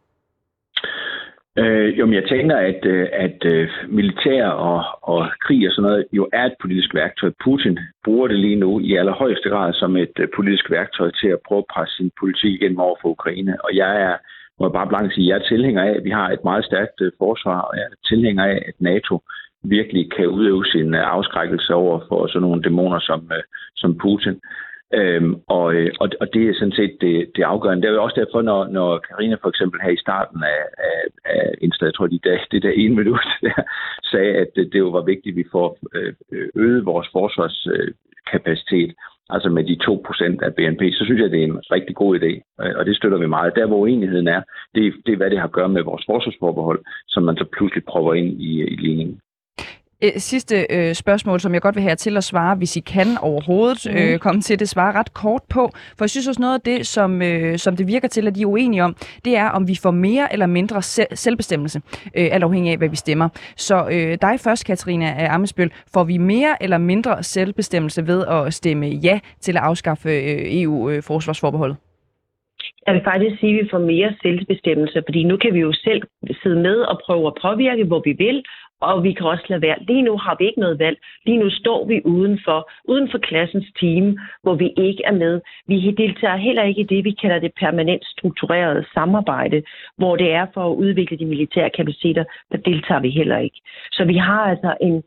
Jeg tænker, at militær og krig og sådan noget jo er et politisk værktøj. Putin bruger det lige nu i allerhøjeste grad som et politisk værktøj til at prøve at presse sin politik igennem over for Ukraine. Og må jeg bare blankt sige, jeg er tilhænger af, at vi har et meget stærkt forsvar, og jeg er tilhænger af, at NATO virkelig kan udøve sin afskrækkelse over for sådan nogle dæmoner som Putin. Og det er sådan set det afgørende. Det er jo også derfor, når Karina for eksempel her i starten af Insta, jeg tror det der 1 minut der, sagde, at det jo var vigtigt, at vi får øget vores forsvarskapacitet, altså med de 2% af BNP, så synes jeg, det er en rigtig god idé, og det støtter vi meget. Der, hvor uenigheden er, det er, hvad det har at gøre med vores forsvarsforbehold, som man så pludselig prøver ind i ligningen. Sidste spørgsmål, som jeg godt vil have til at svare, hvis I kan overhovedet komme til det, svare ret kort på. For jeg synes også noget af det, som det virker til, at de er uenige om, det er, om vi får mere eller mindre selvbestemmelse, alt afhængig af, hvad vi stemmer. Så dig først, Katarina Ammitzbøll, får vi mere eller mindre selvbestemmelse ved at stemme ja til at afskaffe EU-forsvarsforbeholdet? Jeg vil faktisk sige, at vi får mere selvbestemmelse, fordi nu kan vi jo selv sidde med og prøve at påvirke, hvor vi vil, og vi kan også lade være. Lige nu har vi ikke noget valg. Lige nu står vi uden for klassens team, hvor vi ikke er med. Vi deltager heller ikke i det, vi kalder det permanent strukturerede samarbejde, hvor det er for at udvikle de militære kapaciteter, der deltager vi heller ikke. Så vi har altså en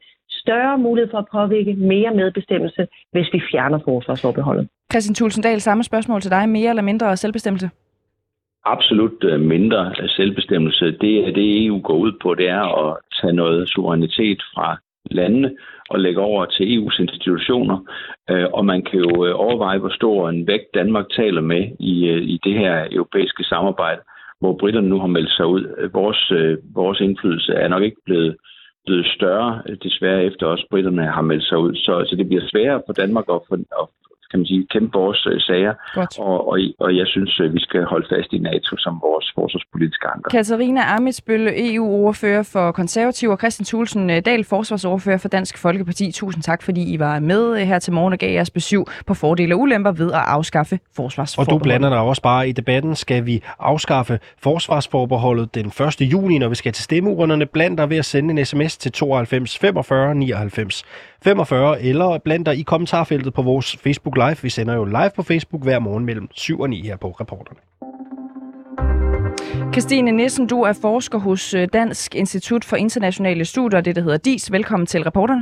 større mulighed for at påvirke, mere medbestemmelse, hvis vi fjerner forsvarsforbeholdet. Christian Thulesen Dahl, samme spørgsmål til dig. Mere eller mindre selvbestemmelse? Absolut mindre selvbestemmelse. Det EU går ud på, det er at tage noget suverænitet fra landene og lægge over til EU's institutioner. Og man kan jo overveje, hvor stor en vægt Danmark taler med i det her europæiske samarbejde, hvor britterne nu har meldt sig ud. Vores indflydelse er nok ikke blevet større, desværre efter også britterne har meldt sig ud. Så det bliver sværere for Danmark at kan man sige, kæmpe vores sager. Og jeg synes, vi skal holde fast i NATO som vores forsvarspolitiske anker. Katarina Ammitzbøll, EU-ordfører for Konservative, og Christian Thulesen Dahl, forsvarsordfører for Dansk Folkeparti. Tusind tak, fordi I var med her til morgen og gav jeres besøg på fordele og ulemper ved at afskaffe forsvarsforbeholdet. Og du blander dig også bare i debatten. Skal vi afskaffe forsvarsforbeholdet den 1. juni, når vi skal til stemmeurnerne? Bland dig ved at sende en sms til 92 45 99 45, eller bland dig i kommentarfeltet på vores Facebook Live. Vi sender jo live på Facebook hver morgen mellem 7 og 9 her på Reporterne. Christine Nissen, du er forsker hos Dansk Institut for Internationale Studier, det der hedder DIS. Velkommen til Reporterne.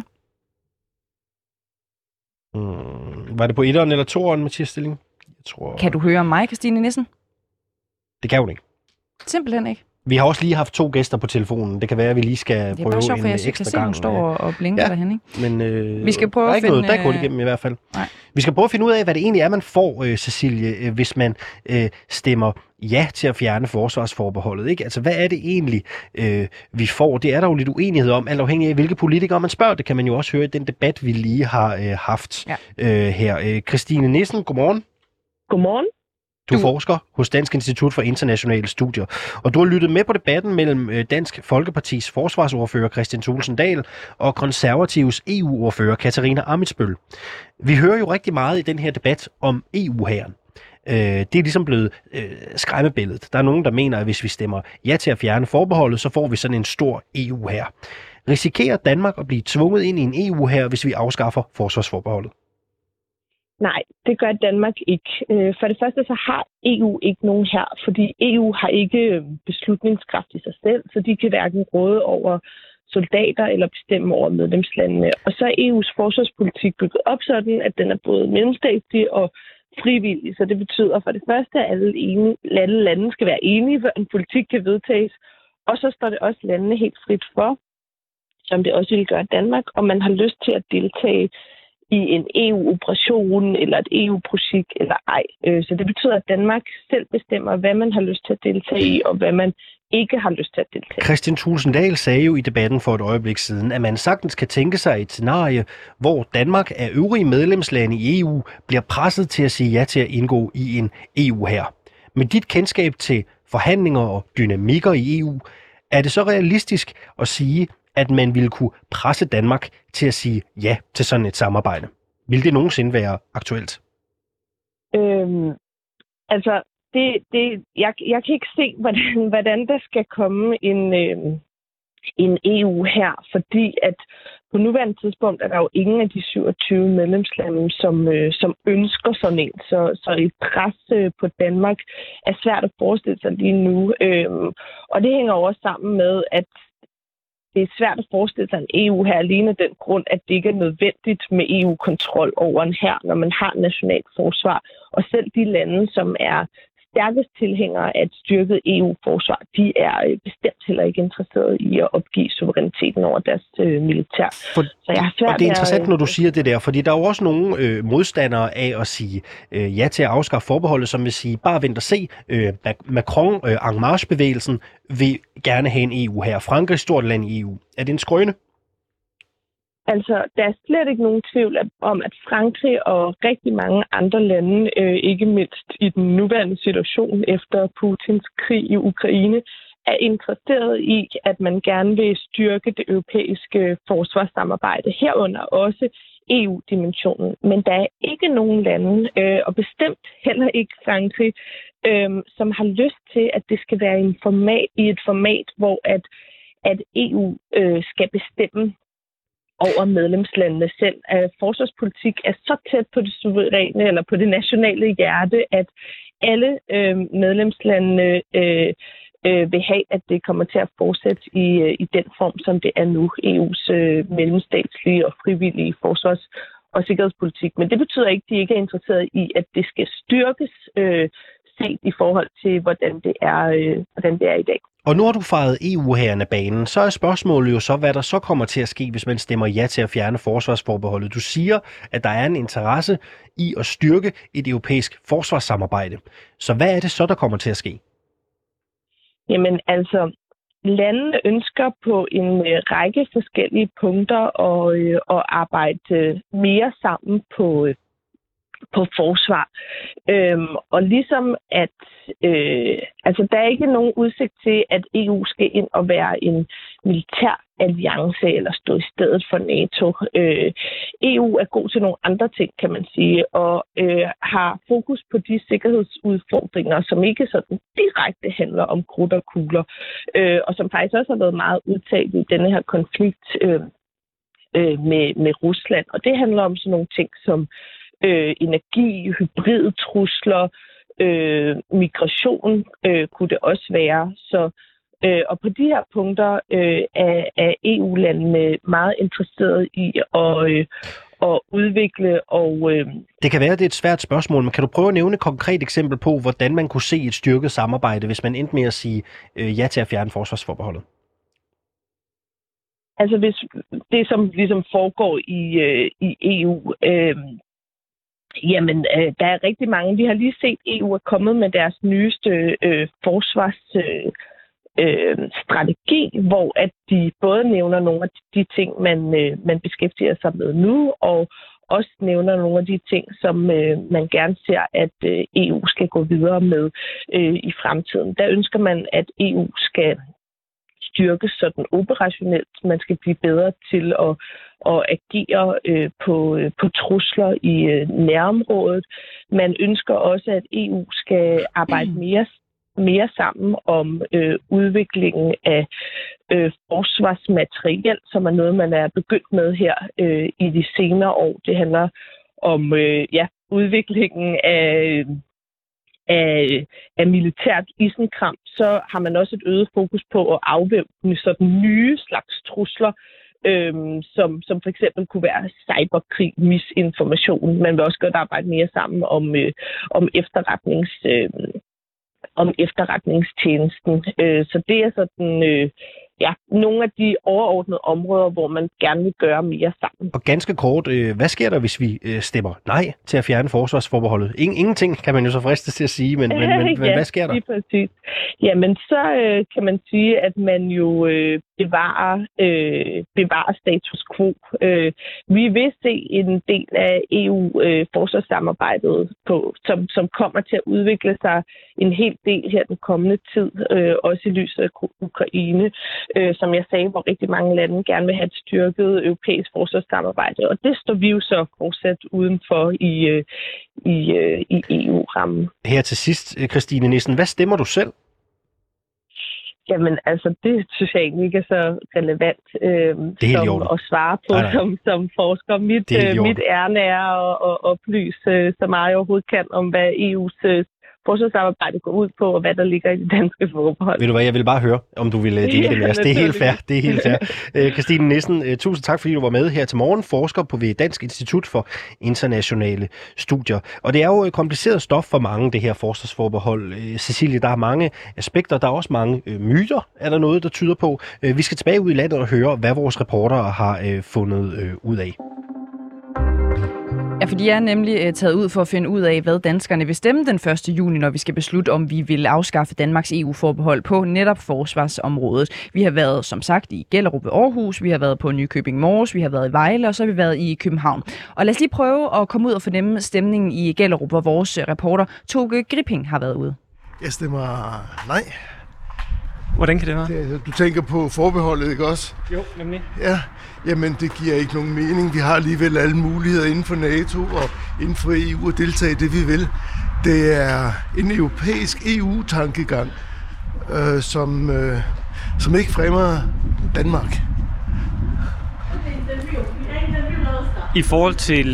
Var det på 1'eren eller 2'eren, Mathias Stilling? Kan du høre mig, Christine Nissen? Det kan hun ikke. Simpelthen ikke. Vi har også lige haft 2 gæster på telefonen. Det kan være, at vi lige skal prøve en ekstra gang. Det er bare sjovt, for jeg kan se, at hun står og blinker derhen, ikke? Men vi skal prøve der er ikke noget, der er gået igennem i hvert fald. Nej. Vi skal prøve at finde ud af, hvad det egentlig er, man får, Cecilie, hvis man stemmer ja til at fjerne forsvarsforbeholdet, ikke? Altså, hvad er det egentlig, vi får? Det er der jo lidt uenighed om, alt afhængig af, hvilke politikere man spørger. Det kan man jo også høre i den debat, vi lige har haft her. Christine Nissen, godmorgen. Godmorgen. Du forsker hos Dansk Institut for Internationale Studier, og du har lyttet med på debatten mellem Dansk Folkepartis forsvarsordfører Christian Thulesen Dahl og Konservatives EU-ordfører Katarina Ammitzbøll. Vi hører jo rigtig meget i den her debat om EU-hæren. Det er ligesom blevet skræmmebilledet. Der er nogen, der mener, at hvis vi stemmer ja til at fjerne forbeholdet, så får vi sådan en stor EU-hær. Risikerer Danmark at blive tvunget ind i en EU-hær, hvis vi afskaffer forsvarsforbeholdet? Nej, det gør Danmark ikke. For det første så har EU ikke nogen her, fordi EU har ikke beslutningskraft i sig selv, så de kan hverken råde over soldater eller bestemme over medlemslandene. Og så er EU's forsvarspolitik bygget op sådan, at den er både mellemstatslig og frivillig. Så det betyder for det første, at alle lande skal være enige, før en politik kan vedtages. Og så står det også landene helt frit for, som det også vil gøre Danmark, om man har lyst til at deltage i en EU-operation eller et EU-projekt eller ej. Så det betyder, at Danmark selv bestemmer, hvad man har lyst til at deltage i, og hvad man ikke har lyst til at deltage i. Christian Thulesen Dahl sagde jo i debatten for et øjeblik siden, at man sagtens kan tænke sig et scenarie, hvor Danmark af øvrige medlemslande i EU bliver presset til at sige ja til at indgå i en EU-hær. Med dit kendskab til forhandlinger og dynamikker i EU, er det så realistisk at sige, at man ville kunne presse Danmark til at sige ja til sådan et samarbejde? Vil det nogensinde være aktuelt? Jeg kan ikke se, hvordan der skal komme en EU her, fordi at på nuværende tidspunkt er der jo ingen af de 27 medlemslande, som ønsker sådan en. Så et pres på Danmark er svært at forestille sig lige nu. Og det hænger også sammen med, at det er svært at forestille sig en EU her alene af den grund, at det ikke er nødvendigt med EU-kontrol over en her, når man har nationalt forsvar. Og selv de lande, som er stærkest tilhængere af et styrket EU-forsvar, de er bestemt heller ikke interesserede i at opgive suveræniteten over deres militær. Så jeg har svært og det er interessant, når du siger det der, fordi der er jo også nogle modstandere af at sige ja til at afskaffe forbeholdet, som vil sige, bare vent og se. Macron, En Marche-bevægelsen, vil gerne have en EU her. Frankrig er et stort land i EU. Er det en skrøne? Altså, der er slet ikke nogen tvivl om, at Frankrig og rigtig mange andre lande, ikke mindst i den nuværende situation efter Putins krig i Ukraine, er interesseret i, at man gerne vil styrke det europæiske forsvarssamarbejde, herunder også EU-dimensionen. Men der er ikke nogen lande, og bestemt heller ikke Frankrig, som har lyst til, at det skal være i et format, hvor at EU skal bestemme over medlemslandene selv. Forsvarspolitik er så tæt på det suveræne eller på det nationale hjerte, at alle medlemslandene vil have, at det kommer til at fortsætte i den form, som det er nu. EU's mellemstatslige og frivillige forsvars- og sikkerhedspolitik. Men det betyder ikke, at de ikke er interesseret i, at det skal styrkes set i forhold til, hvordan det er i dag. Og nu har du fejet EU-hæren af banen, så er spørgsmålet jo så, hvad der så kommer til at ske, hvis man stemmer ja til at fjerne forsvarsforbeholdet. Du siger, at der er en interesse i at styrke et europæisk forsvarssamarbejde. Så hvad er det så, der kommer til at ske? Jamen altså, landene ønsker på en række forskellige punkter at arbejde mere sammen på forsvar. Og ligesom at der er ikke nogen udsigt til, at EU skal ind og være en militær alliance eller stå i stedet for NATO. EU er god til nogle andre ting, kan man sige, og har fokus på de sikkerhedsudfordringer, som ikke sådan direkte handler om krudt og kugler, og som faktisk også har været meget udtalt i denne her konflikt med Rusland. Og det handler om sådan nogle ting som energi, hybridtrusler, migration kunne det også være. Så, og på de her punkter er EU-landene meget interesserede i at udvikle. Og det kan være, det er et svært spørgsmål, men kan du prøve at nævne et konkret eksempel på, hvordan man kunne se et styrket samarbejde, hvis man endte med at sige ja til at fjerne forsvarsforbeholdet? Altså hvis det, som ligesom foregår i EU, der er rigtig mange. Vi har lige set, EU er kommet med deres nyeste forsvarsstrategi, hvor at de både nævner nogle af de ting, man beskæftiger sig med nu, og også nævner nogle af de ting, som man gerne ser, at EU skal gå videre med i fremtiden. Der ønsker man, at EU skal styrkes sådan operationelt. Man skal blive bedre til at agere på trusler i nærområdet. Man ønsker også, at EU skal arbejde mere sammen om udviklingen af forsvarsmateriel, som er noget, man er begyndt med her i de senere år. Det handler om udviklingen af militært isenkram. Så har man også et øget fokus på at afvæbne sådan nye slags trusler, som for eksempel kunne være cyberkrig, misinformation. Man vil også godt arbejde mere sammen om efterretningstjenesten. Så det er sådan nogle af de overordnede områder, hvor man gerne vil gøre mere sammen. Og ganske kort, hvad sker der, hvis vi stemmer nej til at fjerne forsvarsforbeholdet? Ingenting kan man jo så fristes til at sige, men hvad sker der? Ja, præcis. Jamen, så kan man sige, at man jo bevarer status quo. Vi vil se en del af EU-forsvarssamarbejdet, som kommer til at udvikle sig en hel del her den kommende tid, også i lyset af Ukraine. Som jeg sagde, hvor rigtig mange lande gerne vil have et styrket europæisk forsvarssamarbejde. Og det står vi jo så fortsat udenfor i EU-rammen. Her til sidst, Christine Nissen, hvad stemmer du selv? Jamen, altså, det synes jeg egentlig ikke er så relevant at svare på som forsker. Mit ærne er at oplyse så meget jeg overhovedet kan om, hvad EU's forsvarssamarbejde går ud på, og hvad der ligger i det danske forbehold. Ved du hvad, jeg vil bare høre, om du vil dele det med os. Det er helt fair. Christine Nissen, tusind tak, fordi du var med her til morgen. Forsker ved Dansk Institut for Internationale Studier. Og det er jo kompliceret stof for mange, det her forsvarsforbehold. Cecilie, der er mange aspekter, der er også mange myter, er der noget, der tyder på. Vi skal tilbage ud i landet og høre, hvad vores reportere har fundet ud af. Ja, for de er nemlig taget ud for at finde ud af, hvad danskerne vil stemme den 1. juni, når vi skal beslutte, om vi vil afskaffe Danmarks EU-forbehold på netop forsvarsområdet. Vi har været, som sagt, i Gellerup ved Aarhus, vi har været på Nykøbing Mors, vi har været i Vejle, og så har vi været i København. Og lad os lige prøve at komme ud og fornemme stemningen i Gellerup, hvor vores reporter Toge Gripping har været ude. Jeg stemmer nej. Hvordan kan det være? Du tænker på forbeholdet, ikke også? Jo, nemlig. Ja, jamen det giver ikke nogen mening. Vi har alligevel alle muligheder inden for NATO og inden for EU at deltage i det, vi vil. Det er en europæisk EU-tankegang, som ikke fremmer Danmark. I forhold til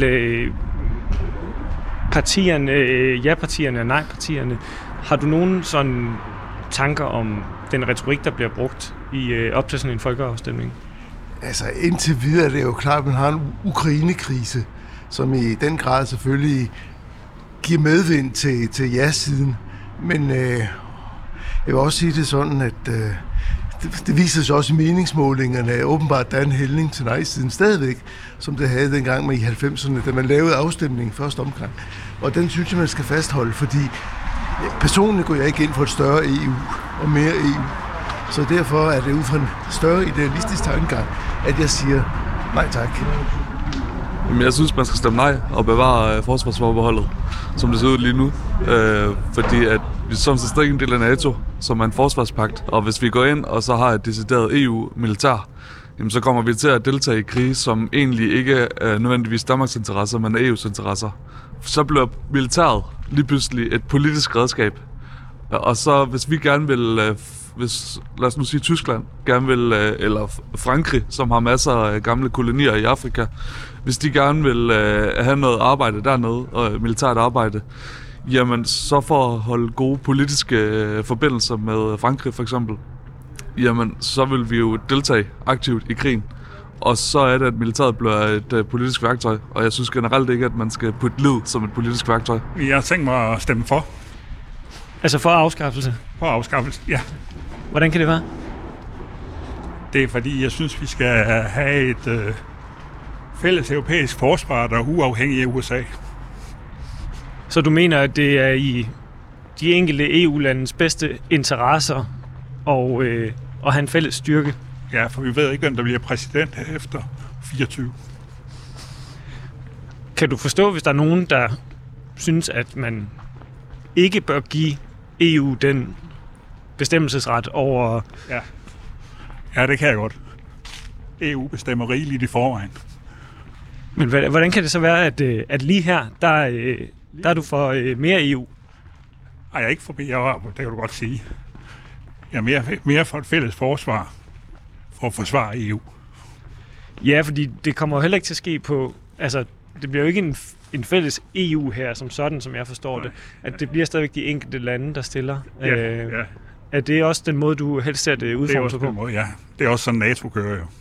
partierne, ja-partierne og nej-partierne, har du nogen sådan tanker om den retorik, der bliver brugt i op til sådan en folkeafstemning? Altså indtil videre er det jo klart, at man har en Ukraine-krise, som i den grad selvfølgelig giver medvind til ja-siden. Men jeg vil også sige det sådan, at det viser sig også i meningsmålingerne, at åbenbart der er en hældning til nej-siden stadigvæk, som det havde dengang med i 90'erne, da man lavede afstemningen første omgang. Og den synes jeg, man skal fastholde, fordi personligt går jeg ikke ind for et større EU og mere EU. Så derfor er det ud fra en større idealistisk tankegang, at jeg siger nej tak. Jamen, jeg synes, man skal stemme nej og bevare forsvarsforbeholdet, som det ser ud lige nu. Fordi at vi som stadig en del af NATO, som er en forsvarspagt. Og hvis vi går ind og så har et decideret EU-militær, jamen, så kommer vi til at deltage i krige, som egentlig ikke er nødvendigvis Danmarks interesser, men EU's interesser. Så bliver militæret lige pludselig et politisk redskab. Og så hvis vi gerne vil, lad os nu sige Tyskland, gerne vil, eller Frankrig, som har masser af gamle kolonier i Afrika, hvis de gerne vil have noget arbejde dernede, og militært arbejde, jamen så for at holde gode politiske forbindelser med Frankrig for eksempel, jamen så vil vi jo deltage aktivt i krigen. Og så er det, at militæret bliver et politisk værktøj, og jeg synes generelt ikke, at man skal putte lid som et politisk værktøj. Jeg har tænkt mig at stemme for. Altså for afskaffelse? For afskaffelse, ja. Hvordan kan det være? Det er fordi, jeg synes, vi skal have et fælles europæisk forsvar, der er uafhængig af USA. Så du mener, at det er i de enkelte EU-landes bedste interesser og have en fælles styrke? Ja, for vi ved ikke, hvem der bliver præsident efter 24. Kan du forstå, hvis der er nogen, der synes, at man ikke bør give EU den bestemmelsesret over... Ja, det kan jeg godt. EU bestemmer rigeligt i forvejen. Men hvordan kan det så være, at lige her, der er du for mere EU? Nej, jeg er ikke for mere, det kan du godt sige. Jeg er mere for et fælles forsvar, for at forsvare EU. Ja, fordi det kommer jo heller ikke til at ske på... Altså, det bliver jo ikke en fælles EU her, som sådan, som jeg forstår det. At det bliver stadigvæk de enkelte lande, der stiller. Ja. Er det også den måde, du helst ser det udformet på? Det er også den måde, ja. Det er også sådan, NATO kører jo.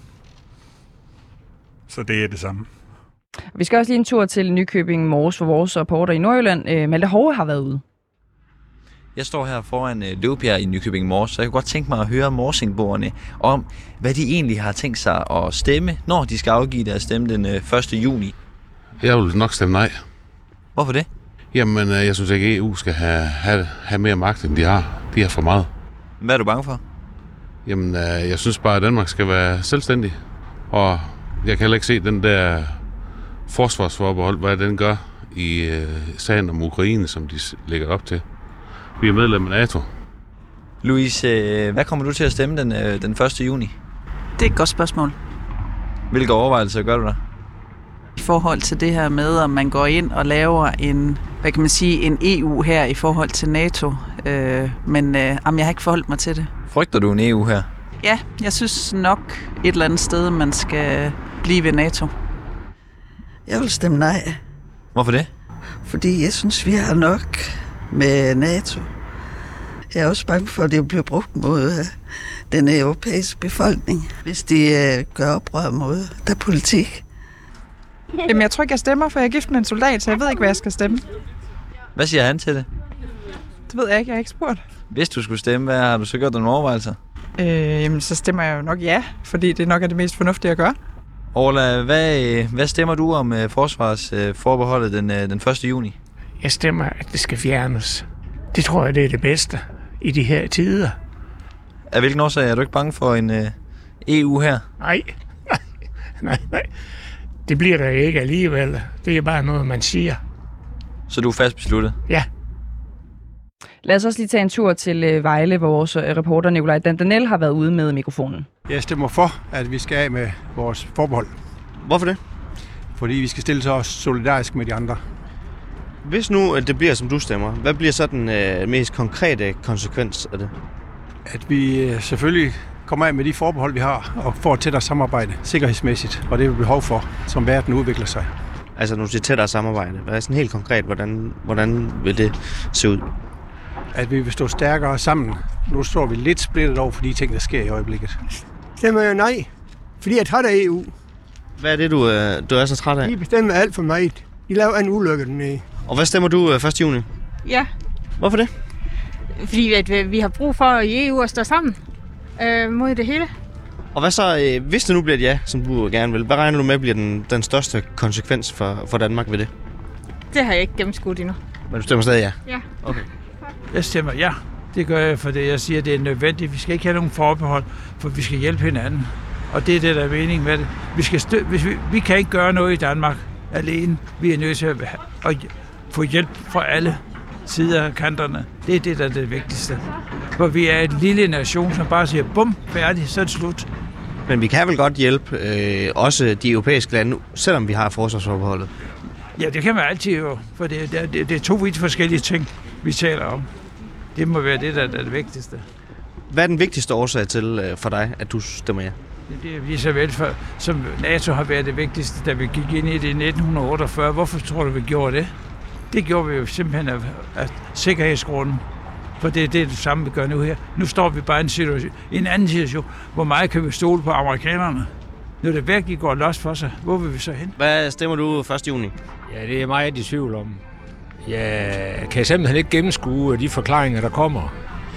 Så det er det samme. Vi skal også lige en tur til Nykøbing Mors for vores reporter i Nordjylland. Malte Hove har været ude. Jeg står her foran Løvbjerg i Nykøbing Mors, så jeg kunne godt tænke mig at høre morsingboerne om, hvad de egentlig har tænkt sig at stemme, når de skal afgive deres stemme den 1. juni. Jeg vil nok stemme nej. Hvorfor det? Jamen, jeg synes ikke, at EU skal have mere magt, end de har. De har for meget. Hvad er du bange for? Jamen, jeg synes bare, at Danmark skal være selvstændig. Og jeg kan heller ikke se den der forsvarsforbehold, hvad den gør i sagen om Ukraine, som de lægger op til. Vi er medlem af NATO. Louise, hvad kommer du til at stemme den 1. juni? Det er et godt spørgsmål. Hvilke overvejelser gør du der? I forhold til det her med, om man går ind og laver en EU her i forhold til NATO. Men jeg har ikke forholdt mig til det. Frygter du en EU her? Ja, jeg synes nok et eller andet sted, man skal blive ved NATO. Jeg vil stemme nej. Hvorfor det? Fordi jeg synes, vi har nok med NATO. Jeg er også bange for, at det bliver brugt mod den europæiske befolkning, hvis de gør oprør mod der politik. Jamen, jeg tror ikke, jeg stemmer, for jeg er gift med en soldat, så jeg ved ikke, hvad jeg skal stemme. Hvad siger han til det? Det ved jeg ikke, jeg har ikke spurgt. Hvis du skulle stemme, hvad har du så gjort nogle overvejelser? Jamen, så stemmer jeg jo nok ja, fordi det nok er det mest fornuftige at gøre. Orla, hvad stemmer du om forsvarsforbeholdet den 1. juni? Jeg stemmer, at det skal fjernes. Det tror jeg, det er det bedste i de her tider. Af hvilken årsag er du ikke bange for en EU her? Nej. Det bliver der ikke alligevel. Det er bare noget, man siger. Så du er fast besluttet? Ja. Lad os også lige tage en tur til Vejle, hvor vores reporter Nikolaj Dandanel har været ude med mikrofonen. Jeg stemmer for, at vi skal af med vores forbehold. Hvorfor det? Fordi vi skal stille os solidarisk med de andre. Hvis nu at det bliver, som du stemmer, hvad bliver så den mest konkrete konsekvens af det? At vi selvfølgelig kommer af med de forbehold, vi har, og får et tættere samarbejde sikkerhedsmæssigt, og det er vi behov for, som verden udvikler sig. Altså nu siger tættere samarbejde. Hvad er sådan helt konkret, hvordan vil det se ud? at vi vil stå stærkere sammen. Nu står vi lidt splittet over for de ting, der sker i øjeblikket. Stemmer jeg nej, fordi jeg er træt af EU. Hvad er det, du er så træt af? De bestemmer alt for mig. De laver en ulykke dernede. Og hvad stemmer du 1. juni? Ja. Hvorfor det? Fordi at vi har brug for i EU at stå sammen mod det hele. Og hvad så, hvis det nu bliver et ja, som du gerne vil, hvad regner du med bliver den største konsekvens for Danmark ved det? Det har jeg ikke gennemskudt endnu. Men du stemmer stadig ja? Ja. Okay. Jeg stemmer ja. Det gør jeg, fordi jeg siger, at det er nødvendigt. Vi skal ikke have nogen forbehold, for vi skal hjælpe hinanden. Og det er det, der er meningen med det. Vi kan ikke gøre noget i Danmark alene. Vi er nødt til at få hjælp fra alle sider af kanterne. Det er det, der er det vigtigste. For vi er et lille nation, som bare siger, bum, færdig, så er det slut. Men vi kan vel godt hjælpe også de europæiske lande, selvom vi har forsvarsforbeholdet? Ja, det kan man altid jo, for det er 2 vidt forskellige ting, vi taler om. Det må være det, der er det vigtigste. Hvad er den vigtigste årsag til for dig, at du stemmer ja? Det er lige så vel, som NATO har været det vigtigste, da vi gik ind i det i 1948. Hvorfor tror du, vi gjorde det? Det gjorde vi jo simpelthen af sikkerhedsgrunden. For det er det samme, vi gør nu her. Nu står vi bare i en anden situation. Hvor meget kan vi stole på amerikanerne? Når det virkelig går los for sig, hvor vil vi så hen? Hvad stemmer du 1. juni? Ja, det er meget i tvivl om. Jeg kan simpelthen ikke gennemskue de forklaringer, der kommer.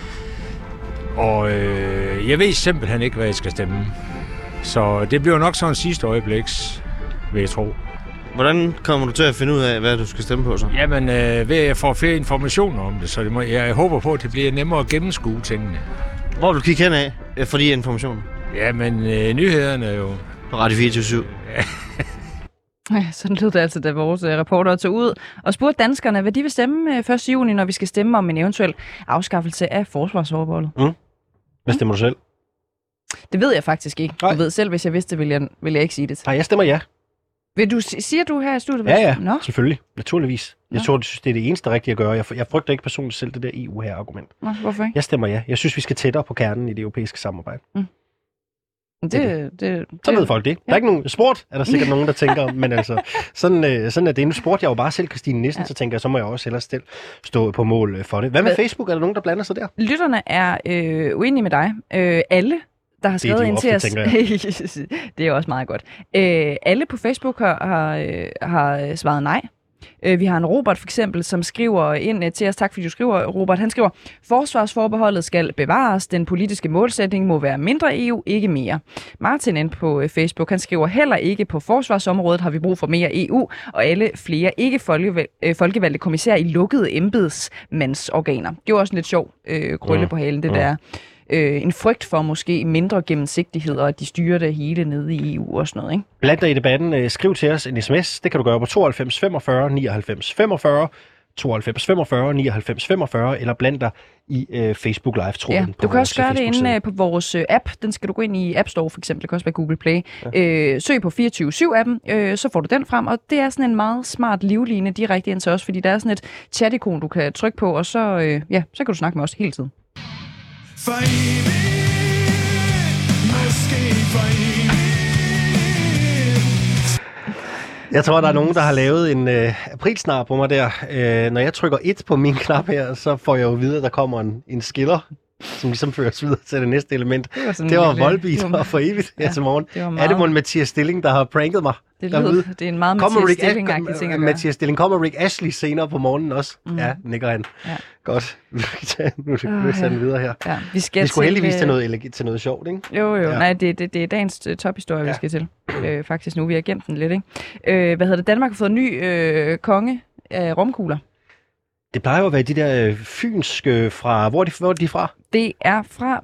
Og jeg ved simpelthen ikke, hvad jeg skal stemme. Så det bliver nok sådan sidste øjebliks, vil jeg tro. Hvordan kommer du til at finde ud af, hvad du skal stemme på så? Jamen, ved at jeg får flere informationer om det, så jeg håber på, at det bliver nemmere at gennemskue tingene. Hvor vil du kigge hen af for de informationer? Jamen, nyhederne jo. På Radio 24/7. Ja, sådan lød det altså, da vores reporter tog ud og spurgte danskerne, hvad de vil stemme 1. juni, når vi skal stemme om en eventuel afskaffelse af forsvarsforbeholdet. Hvad stemmer du selv? Det ved jeg faktisk ikke. Du ved selv, hvis jeg vidste, ville jeg ikke sige det til. Nej, jeg stemmer ja. Siger du her i studiet? Ja, Nå? selvfølgelig. Naturligvis. Jeg synes, det er det eneste rigtige at gøre. Jeg frygter ikke personligt selv det der EU her argument. Nå, hvorfor ikke? Jeg stemmer ja. Jeg synes, vi skal tættere på kernen i det europæiske samarbejde. Så ved folk det. Der er ikke nogen sport, er der sikkert nogen, der tænker, men altså, sådan er det. Nu spurgte jeg jo bare selv Christine Nissen, så tænker jeg, så må jeg også hellere stå på mål for det. Hvad med Facebook? Er der nogen, der blander sig der? Lytterne er uenige med dig. Alle, der har skrevet ind til os. Det er også meget godt. Alle på Facebook har svaret nej. Vi har en Robert for eksempel, som skriver ind til os. Tak fordi du skriver, Robert. Han skriver, forsvarsforbeholdet skal bevares. Den politiske målsætning må være mindre EU, ikke mere. Martin ind på Facebook, han skriver, heller ikke på forsvarsområdet har vi brug for mere EU, og alle flere ikke folkevalgte kommissærer i lukkede embedsmandsorganer. Det var også en lidt sjov krølle på halen, det der. En frygt for måske mindre gennemsigtighed, og at de styrer det hele nede i EU og sådan noget, ikke? Bland dig i debatten. Skriv til os en sms. Det kan du gøre på 92 45 99 45, 92 45 99 45, eller bland dig i Facebook Live-tråden. Ja, du kan også gøre det inde på vores app. Den skal du gå ind i App Store, for eksempel. Det kan også være Google Play. Ja. Søg på 24/7-appen, så får du den frem, og det er sådan en meget smart livline direkte ind til os, fordi der er sådan et chat-ikon, du kan trykke på, og så kan du snakke med os hele tiden. For evigt, måske for evigt. Jeg tror, der er nogen, der har lavet en aprilsnar på mig der. Når jeg trykker 1 på min knap her, så får jeg jo videre, at der kommer en skiller, som ligesom fører os videre til det næste element. Det var Volbeat og for evigt her til morgen. Er det mon Mathias Stilling, der har pranket mig? Det er en meget Mathias Stilling-agtig ting at gøre. Mathias Stilling, kommer Rick Ashley senere på morgenen også? Ja, nikker han. Ja. Godt. Nu skal vi tage den videre her. Ja, vi skulle heldigvis til noget sjovt, ikke? Jo. Ja. Nej, det er dagens tophistorie, vi skal til. Faktisk nu, vi har gemt den lidt, ikke? Danmark har fået en ny konge af romkugler. Det plejer jo at være de der fynske fra... Hvor er de fra? Det er fra...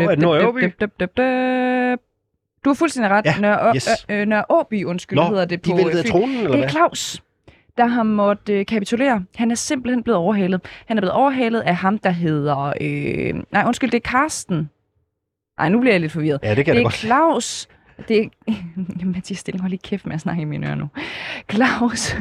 Du har fuldstændig ret. Ja, Nørre Åby, hedder det på de væltede tronen, eller hvad? Det er Claus, der har måttet kapitulere. Han er simpelthen blevet overhalet. Han er blevet overhalet af ham, der hedder... det er Karsten. Nej, nu bliver jeg lidt forvirret. Ja, det kan det godt. Det er Claus... Det er... Mathias Stilling, hold lige kæft med at snakke i mine ører nu. Claus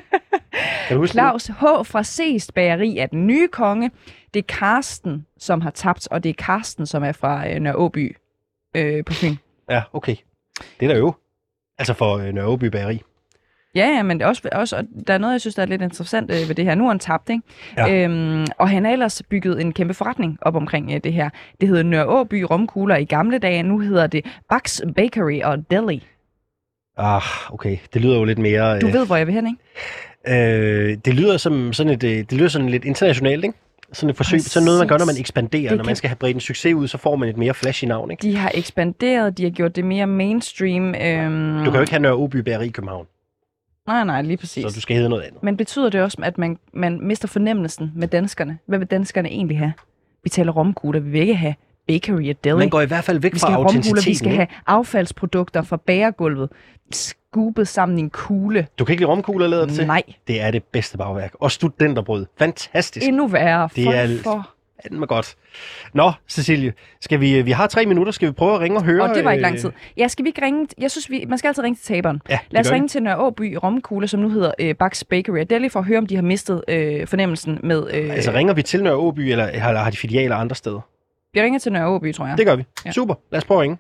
H. fra Seest Bageri er den nye konge. Det er Karsten, som har tabt, og det er Karsten, som er fra Nørre Åby på Fyn. Ja, okay. Det er der jo. Altså for Nørre Åby Bageri. Ja, men det er også, der er noget, jeg synes, der er lidt interessant ved det her. Nu er han tabt, ikke? Ja. Og han har ellers bygget en kæmpe forretning op omkring det her. Det hedder Nørre Åby Romkugler i gamle dage. Nu hedder det Bucks Bakery og Deli. Okay. Det lyder jo lidt mere... Du ved, hvor jeg vil hen, ikke? Det lyder som sådan det lyder sådan lidt internationalt, ikke? Sådan et forsøg. Sådan noget, man gør, når man ekspanderer. Når man skal have bredt en succes ud, så får man et mere flashy navn, ikke? De har ekspanderet, de har gjort det mere mainstream. Du kan jo ikke have Nørre Åby Bageri i København. Nej, lige præcis. Så du skal hedde noget andet. Men betyder det også, at man mister fornemmelsen med danskerne? Hvad vil danskerne egentlig have? Vi taler romkugler, vi vil ikke have bakery og deli. Man går i hvert fald væk fra autenticiteten. Vi skal have affaldsprodukter fra bagergulvet, skubet sammen i en kugle. Du kan ikke lide romkugler, lader det til? Nej. Det er det bedste bagværk. Og studenterbrød. Fantastisk. Endnu værre. Det er fandme godt. Nå, Cecilie, vi har 3 minutter. Skal vi prøve at ringe og høre? Og det var ikke lang tid. Ja, skal vi ikke ringe? Jeg synes, man skal altid ringe til taberen. Ja, lad os ringe til Nørre Åby Romkugler, som nu hedder Bucks Bakery og Deli, for at høre, om de har mistet fornemmelsen med... Altså, ringer vi til Nørre Åby, eller har de filialer andre steder? Vi ringer til Nørre Åby, tror jeg. Det gør vi. Ja. Super. Lad os prøve at ringe.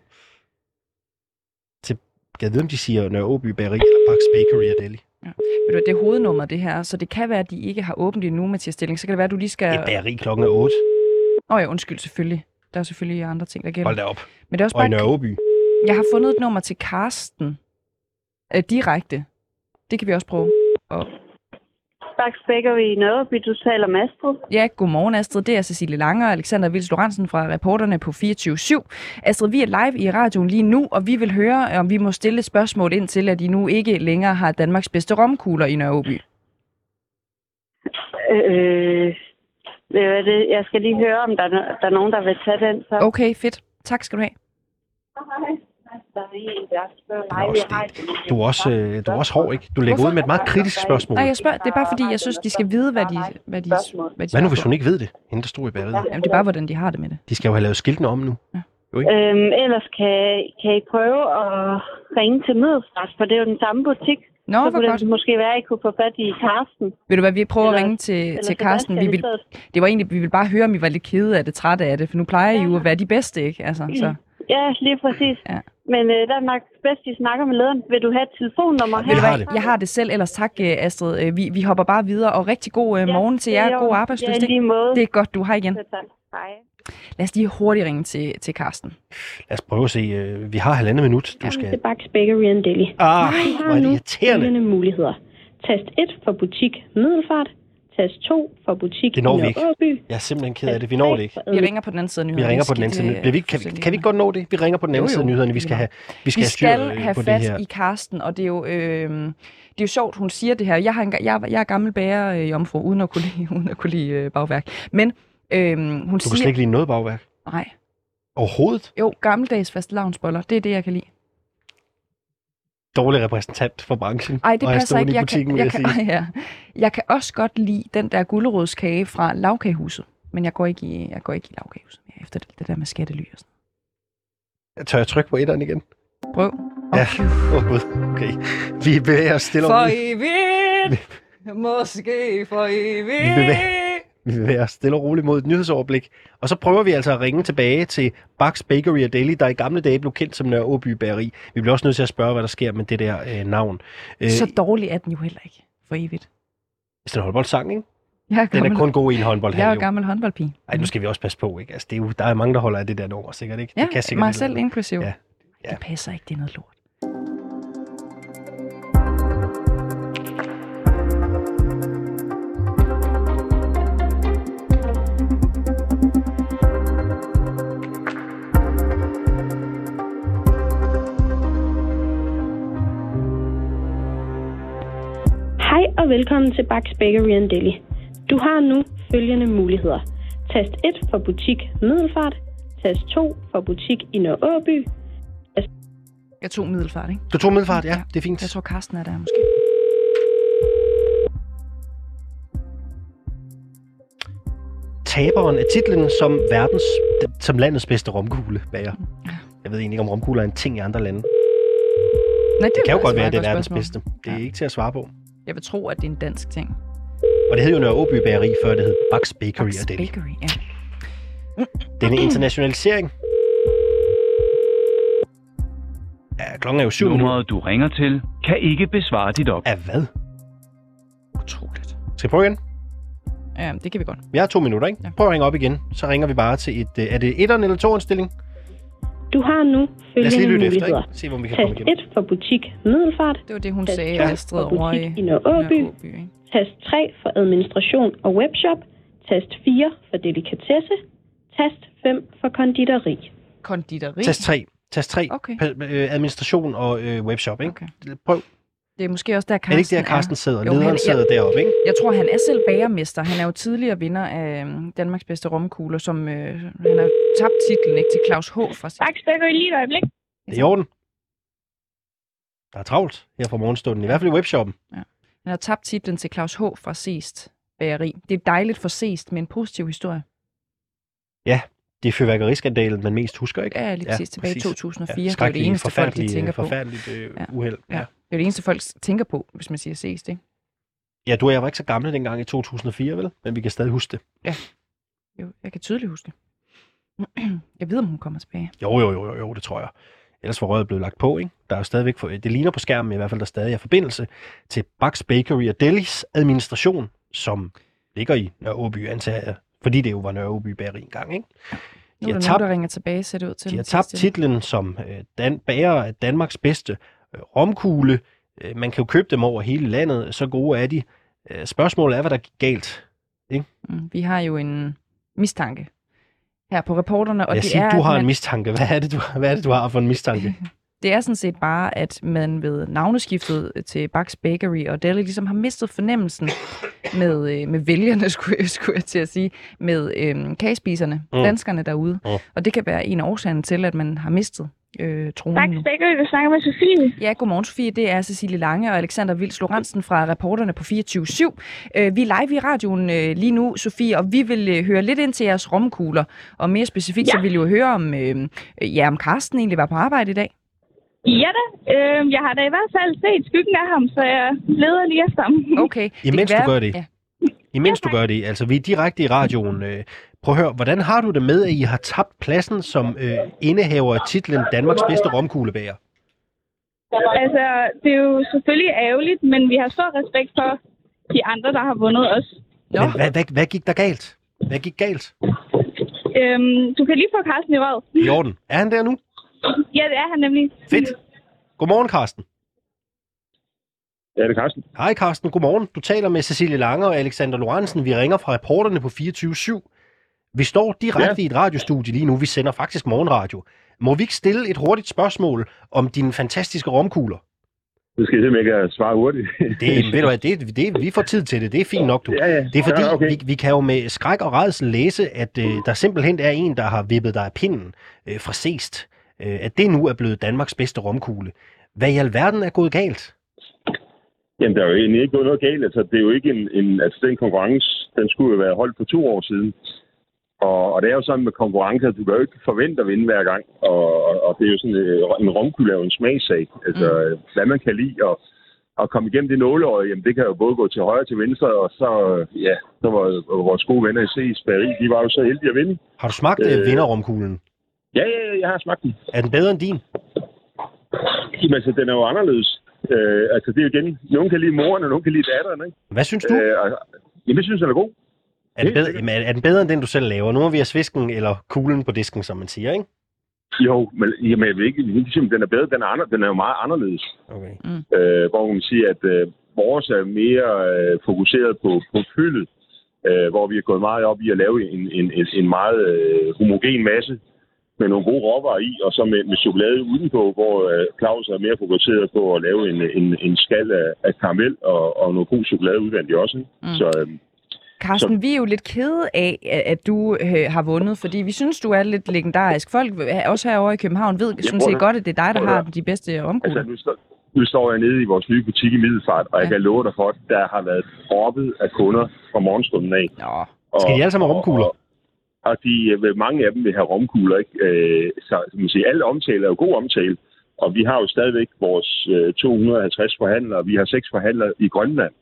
Jeg ved, om de siger Nørre Åby Bageri eller Bucks Bakery og Deli. Ja. Ved du, det er hovednummer, det her, så det kan være, at de ikke har åbent endnu, Mathias Stilling. Så kan det være, at du lige skal... Et bageri klokken 8. Ja, undskyld, selvfølgelig. Der er selvfølgelig andre ting, der gælder. Hold da op. Men det er også bare... Og i Nørre Åby. Jeg har fundet et nummer til Karsten. Direkte. Det kan vi også prøve. Bucks Bakery i Nørre Åby, du taler med Astrid. Ja, godmorgen Astrid. Det er Cecilie Lange og Alexander Vils Lorentzen fra reporterne på 24/7. Astrid, vi er live i radioen lige nu, og vi vil høre, om vi må stille et spørgsmål ind til, at de nu ikke længere har Danmarks bedste romkugler i Nørre Åby. Jeg skal lige høre, om der er nogen, der vil tage den. Så. Okay, fedt. Tak skal du have. Du er også hård, ikke? Du lægger ud med et meget kritisk spørgsmål. Nej, jeg spørger. Det er bare fordi, jeg synes, de skal vide, hvad de Hvad nu, hvis hun ikke ved det? Hende, der stod i bageriet. Jamen, det er bare, hvordan de har det med det. De skal jo have lavet skiltene om nu. Ja. Ellers kan I prøve at ringe til Middelfart, for det er jo den samme butik. Nå, så hvor godt. Det måske være, at I kunne få fat i Karsten. Ved du hvad, vi prøver at ringe til Karsten. Det var egentlig, vi ville bare høre, om vi var lidt kede af det, trætte af det, for nu plejer I jo at være de bedste, ikke? Altså, så. Ja, lige præcis. Ja. Men der er nok bedst, I snakker med lederen. Vil du have et telefonnummer her? Jeg har det selv, ellers tak, Astrid. Vi hopper bare videre, og rigtig god morgen til jer. God arbejdsløsning. Ja, lige måde. Det er godt, du har igen. Hej. Lad os lige hurtigt ringe til Karsten. Lad os prøve at se. Vi har 1,5 minut. Du skal... til Bucks Bakery and Deli. Hvor er det irriterende. Muligheder. Tast 1 for butik Middelfart. Tast 2 for butik det når vi ikke. Jeg er simpelthen ked af det. Vi når det ikke. Vi ringer på den anden side af nyhederne. Vi ringer på den anden side. Kan vi ikke godt nå det? Vi ringer på den anden side af nyhederne. Vi skal have fat i Karsten, og det er jo sjovt, hun siger det her. Jeg er gammel bager jomfru, uden at kunne lide bagværk. Men hun siger... Du kan slet ikke lide noget bagværk? Nej. Overhovedet? Jo, gammeldags fastelavnsboller. Det er det, jeg kan lide. Dårlig repræsentant for branchen. Ej, det passer ikke. Jeg kan også godt lide den der gulerodskage fra Lagkagehuset, men jeg går ikke i Lagkagehuset mere efter det der med skattely og sådan. Tør jeg trykke på etteren igen? Prøv. Ja. Gud. Okay. Vi bevæger os stille for evigt. Måske for evigt. Vi bevæger os stille og roligt mod et nyhedsoverblik. Og så prøver vi altså at ringe tilbage til Bucks Bakery og Deli, der i gamle dage blev kendt som Nørre Åby Bageri. Vi bliver også nødt til at spørge, hvad der sker med det der navn. Så dårlig er den jo heller ikke for evigt. Hvis det er en håndboldsang, ikke? Den er kun god i en håndbold. Jeg er jo gammel håndboldpige. Ej, nu skal vi også passe på, ikke? Altså, der er mange, der holder af det der nummer, sikkert ikke? Ja, det kan sikkert mig selv inklusiv. Ja. Det passer ikke, det er noget lort. Hej og velkommen til Bucks Bakery and Deli. Du har nu følgende muligheder. Tast 1 for butik Middelfart. Tast 2 for butik i Nørre Åby. Jeg tog Middelfart, ikke? Du tog Middelfart, ja. Det er fint. Jeg tror, Karsten er der måske. Taberen af titlen som landets bedste romkuglebager. Jeg ved egentlig ikke, om romkugler er en ting i andre lande. Nej, det kan jo godt være, at det er verdens bedste. Det er ikke til at svare på. Jeg vil tro, at det er en dansk ting. Og det hed jo Nørre Åby Bageri, før det hed Bucks Bakery og Deli. Bakery, ja. Denne internationalisering Ja, klokken er jo 7 minutter. Nummeret, du ringer til, kan ikke besvare dit op. Af hvad? Utroligt. Skal vi prøve igen? Ja, det kan vi godt. Vi har 2 minutter, ikke? Ja. Prøv at ringe op igen. Så ringer vi bare til et... Er det 1'eren eller 2'eren stilling? Du har nu følgende muligheder. Efter, se, hvor vi kan komme Tast 1 for butik Middelfart. Det var det, hun sagde, Tast 2 Astrid for over butik i i Nørre Åby. Tast 3 for administration og webshop. Tast 4 for delikatesse. Tast 5 for konditori. Konditori? Tast 3. Okay. Administration og webshop, ikke? Okay. Prøv. Det er måske også der, Carsten er. Det ikke der, Carsten sidder? Lederen sidder deroppe, ikke? Jeg tror, han er selv bagermester. Han er jo tidligere vinder af Danmarks bedste romkugler, som han har tabt titlen ikke, til Claus H. fra sidst. Tak, stikker I lige et øjeblik. Det er i orden. Der er travlt her fra morgenstunden, i hvert fald i webshoppen. Ja. Han har tabt titlen til Claus H. fra Seest Bageri. Det er dejligt for Seest med en positiv historie. Ja, det er fyrværkeriskandalen, man mest husker, ikke? Ja, lige præcis. Tilbage i 2004. Ja, det er det eneste folk, de tænker på. Forfærdeligt uheld. Ja. Det er det eneste folk tænker på, hvis man siger Seest, ikke? Ja, du og jeg var ikke så gamle dengang i 2004, vel? Men vi kan stadig huske det. Ja, jo, jeg kan tydeligt huske det. Jeg ved, om hun kommer tilbage. Jo, det tror jeg. Ellers var røret blevet lagt på, ikke? Der er jo stadigvæk, det ligner på skærmen i hvert fald, der stadig er forbindelse til Bach's Bakery og Delis administration, som ligger i Nørre Åby, antager jeg, fordi det jo var Nørre Åby Bageri engang, ikke? Nu er der nogen, der ringer tilbage, ser det ud til. De har tabt titlen som bager af Danmarks bedste romkugle. Man kan jo købe dem over hele landet, så gode er de. Spørgsmålet er, hvad der gik galt, ikke? Vi har jo en mistanke her på reporterne, og du har en mistanke. Hvad er det, du har for en mistanke? Det er sådan set bare, at man ved navneskiftet til Bach's Bakery og Deli ligesom har mistet fornemmelsen med vælgerne, skulle jeg til at sige, med kagespiserne, danskerne derude. Og det kan være en af årsagerne til, at man har mistet tronen. Bach's Bakery, du snakker med Sofie. Ja, godmorgen Sofie. Det er Cecilie Lange og Alexander Vils Lorentzen fra reporterne på 24/7. Vi er live i radioen lige nu, Sofie, og vi vil høre lidt ind til jeres romkugler. Og mere specifikt, så vil vi jo høre om Carsten egentlig var på arbejde i dag. Ja da. Jeg har da i hvert fald set skyggen af ham, så jeg leder lige efter ham. Okay. Imens du gør det. Ja. Imens du gør det. Altså, vi er direkte i radioen. Prøv at høre, hvordan har du det med, at I har tabt pladsen som indehaver af titlen Danmarks bedste romkuglebager? Altså, det er jo selvfølgelig ærgerligt, men vi har stor respekt for de andre, der har vundet os. Men hvad gik der galt? Hvad gik galt? Du kan lige få Carsten i rød. I orden. Er han der nu? Ja, det er han nemlig. Fedt. Godmorgen, Carsten. Ja, det er Carsten. Hej, Carsten. Godmorgen. Du taler med Cecilie Lange og Alexander Lorentzen. Vi ringer fra reporterne på 24/7. Vi står direkte i et radiostudie lige nu. Vi sender faktisk morgenradio. Må vi ikke stille et hurtigt spørgsmål om dine fantastiske romkugler? Du skal simpelthen ikke svare hurtigt. Ved du hvad, vi får tid til det. Det er fint nok, du. Ja. Det er fordi, vi kan jo med skræk og rædsel læse, at der simpelthen er en, der har vippet dig af pinden fra Seest. At det nu er blevet Danmarks bedste romkugle. Hvad i alverden er gået galt? Jamen, der er jo egentlig ikke gået noget galt. Altså, det er jo ikke den konkurrence, den skulle jo være holdt for 2 år siden. Og det er jo sådan med konkurrence, at du kan jo ikke forvente at vinde hver gang. Og det er jo sådan, en romkugle er jo en smagssag. Altså, hvad man kan lide og komme igennem det nåleøje, jamen det kan jo både gå til højre og til venstre. Og så var vores gode venner i Seest Bageri, de var jo så heldige at vinde. Har du smagt vinderromkuglen? Ja, jeg har smagt den. Er den bedre end din? Jamen, altså, den er jo anderledes. Altså, det er jo igen, nogen kan lide moren, og nogen kan lide datteren, ikke? Hvad synes du? Jamen, jeg synes, den er god. Er den bedre end den, du selv laver? Nu har vi af svisken eller kuglen på disken, som man siger, ikke? Jo, men jeg vil ikke sige, den er bedre. Den er jo meget anderledes. Okay. Hvor man siger, at vores er mere fokuseret på fyldet, hvor vi er gået meget op i at lave en meget homogen masse med nogle gode råvarer i, og så med chokolade udenpå, hvor Claus er mere fokuseret på at lave en skal af karamel og noget god chokolade udvendigt også. Ikke? Carsten, vi er jo lidt kede af, at du har vundet, fordi vi synes, du er lidt legendarisk. Folk, også herovre i København, synes godt, at det er dig, der har de bedste romkugler. Altså, nu står jeg nede i vores nye butik i Middelfart, og jeg kan love dig for, at der har været proppet af kunder fra morgenstunden af. Skal de alle sammen have romkugler? Og mange af dem vil have romkugler, ikke? Så man siger, alle omtale er jo god omtale. Og vi har jo stadigvæk vores 250 forhandlere, vi har 6 forhandlere i Grønland.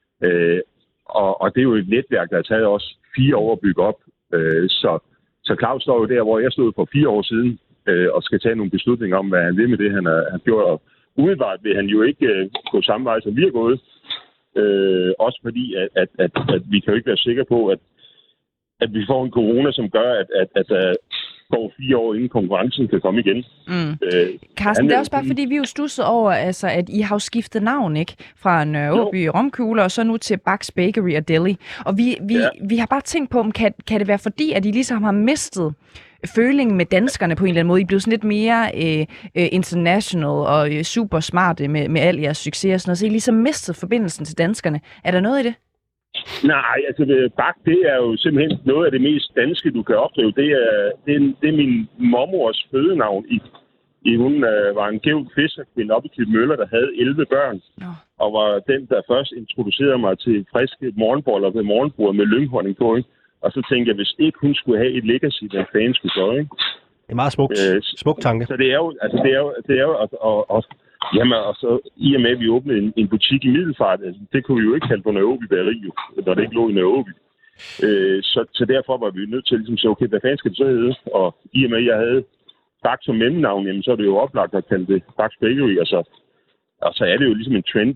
Og det er jo et netværk, der har taget os 4 år at bygge op. Så Claus står jo der, hvor jeg stod for 4 år siden. og skal tage nogle beslutninger om, hvad han vil med det, han har gjort. Og umiddelbart vil han jo ikke gå samme vej, som vi har gået. Også fordi, at vi kan jo ikke være sikre på, at vi får en corona, som gør, at der går 4 år, inden konkurrencen kan komme igen. Carsten, det er også bare, fordi vi jo studsede over, altså, at I har jo skiftet navn, ikke? Fra Nørre Romkugler, og så nu til Bach's Bakery og Deli. Og vi har bare tænkt på, om kan det være fordi, at I ligesom har mistet følingen med danskerne på en eller anden måde? I blev sådan lidt mere international og super smarte med al jeres succes og sådan noget, så I ligesom mistet forbindelsen til danskerne. Er der noget i det? Nej, altså Bach, det er jo simpelthen noget af det mest danske, du kan opleve. Det er min mormors fødenavn. Hun var en gævl fiskerkvinde oppe i Klitmøller, der havde 11 børn. Og var den, der først introducerede mig til friske morgenboller ved morgenbordet med lynghonning på. Ikke? Og så tænkte jeg, hvis ikke hun skulle have et legacy, hvad fanden skulle så, ikke? Det er meget smuk tanke. Så det er jo, jamen, og så i og med, at vi åbnede en butik i Middelfart, altså, det kunne vi jo ikke kalde på Nørre Åby Bageri, når det ikke lå i Nørre Åby. Så derfor var vi nødt til ligesom at sige, okay, hvad fanden skal det så hedde? Og i og med, at jeg havde Bach som mellemnavn, jamen, så er det jo oplagt at kalde det Bach's Bakery, og så er det jo ligesom en trend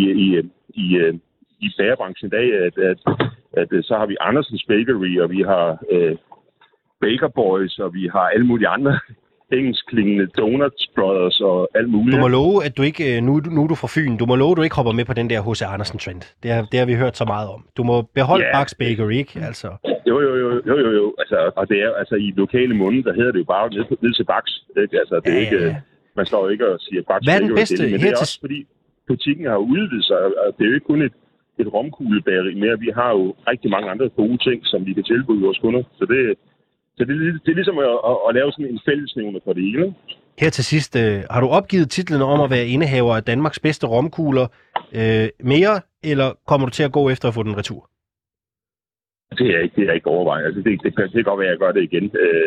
i bagerbranchen i dag, at så har vi Andersens Bakery, og vi har Baker Boys, og vi har alle mulige andre engelskklingende Donuts Brothers og alt muligt. Du må love, at du ikke, nu er du fra Fyn, du må love, at du ikke hopper med på den der H.C. Andersen-trend. Det har vi hørt så meget om. Du må beholde Bach's Bakery, ikke? Altså. Jo. Og det er altså i lokale munde, der hedder det jo bare ned til Bach's. Ikke? Altså, det er ikke, man står jo ikke og siger Bach's Bakery. Hvad er den bedste? Men det er også fordi butikken har udvidet sig, og det er jo ikke kun et romkuglebageri mere. Vi har jo rigtig mange andre gode ting, som vi kan tilbyde vores kunder. Så det er ligesom at lave sådan en fællesnævner for det hele. Her til sidst, har du opgivet titlen om at være indehaver af Danmarks bedste romkugler mere, eller kommer du til at gå efter at få den retur? Det er ikke overvejet. Altså, det kan godt være, at jeg gør det igen.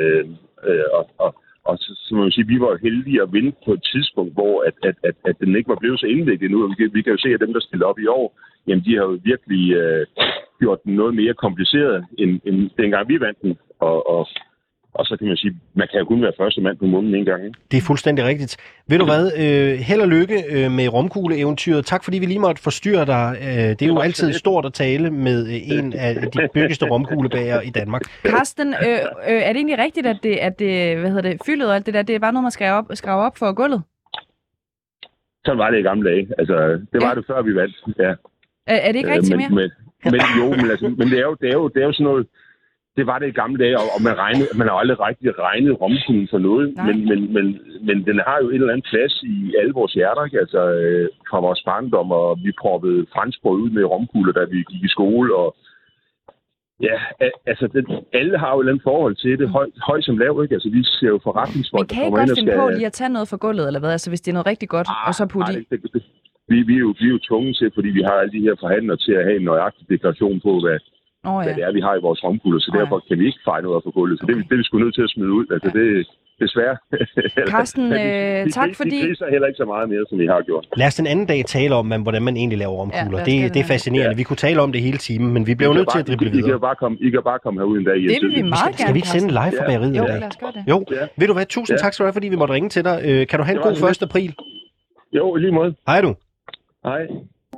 Og så må man sige, vi var heldige at vinde på et tidspunkt, hvor at den ikke var blevet så indviklet nu. Vi kan jo se, at dem, der stiller op i år, jamen, de har jo virkelig gjort den noget mere kompliceret, end dengang vi vandt den. Og så kan man sige, man kan jo kun være første mand på munden en gang. Ikke? Det er fuldstændig rigtigt. Ved du hvad? Held og lykke med romkugleeventyret. Tak fordi vi lige måtte forstyrre dig. Det er jo altid stort at tale med en af de dygtigste romkuglebager i Danmark. Carsten, er det egentlig rigtigt, at det fyldet og alt det der, det er bare noget, man skraver op for gulvet? Sådan var det i gamle dage. Altså, det var det før vi vandt. Ja. Er det ikke rigtigt mere? Men det er jo sådan noget. Det var det i gamle dage, og man har aldrig rigtig regnet romkuglen for noget, men den har jo en eller anden plads i alle vores hjerter, ikke? Altså fra vores barndom, og vi proppede franskbrød ud med romkugler, da vi gik i skole, og ja, altså alle har jo et eller andet forhold til det, høj som lav, ikke? Altså vi ser jo forretningsfolk. Men kan I godt finde på lige at tage noget fra gulvet, eller hvad? Altså hvis det er noget rigtig godt, og så putte i? Vi er jo tvunget til, fordi vi har alle de her forhandlere til at have en nøjagtig deklaration på, hvad det er, vi har i vores romkugler, så derfor kan vi ikke fejre noget på gulvet. Så det er vi sgu nødt til at smide ud. Altså, det er desværre. Carsten, tak fordi... Vi kriser heller ikke så meget mere, som vi har gjort. Lad os en anden dag tale om, hvordan man egentlig laver romkugler. Det er fascinerende. Ja. Vi kunne tale om det hele timen, men vi bliver nødt til at drible videre. I kan bare komme herud en dag. Det vil vi meget gerne. Skal vi ikke sende live fra bageriet? Jo, lad os gøre det. Jo, ved du hvad? Tusind tak skal du have, fordi vi måtte ringe til dig. Kan du have en god 1. april? Jo, lige måde. Hej du. Hej.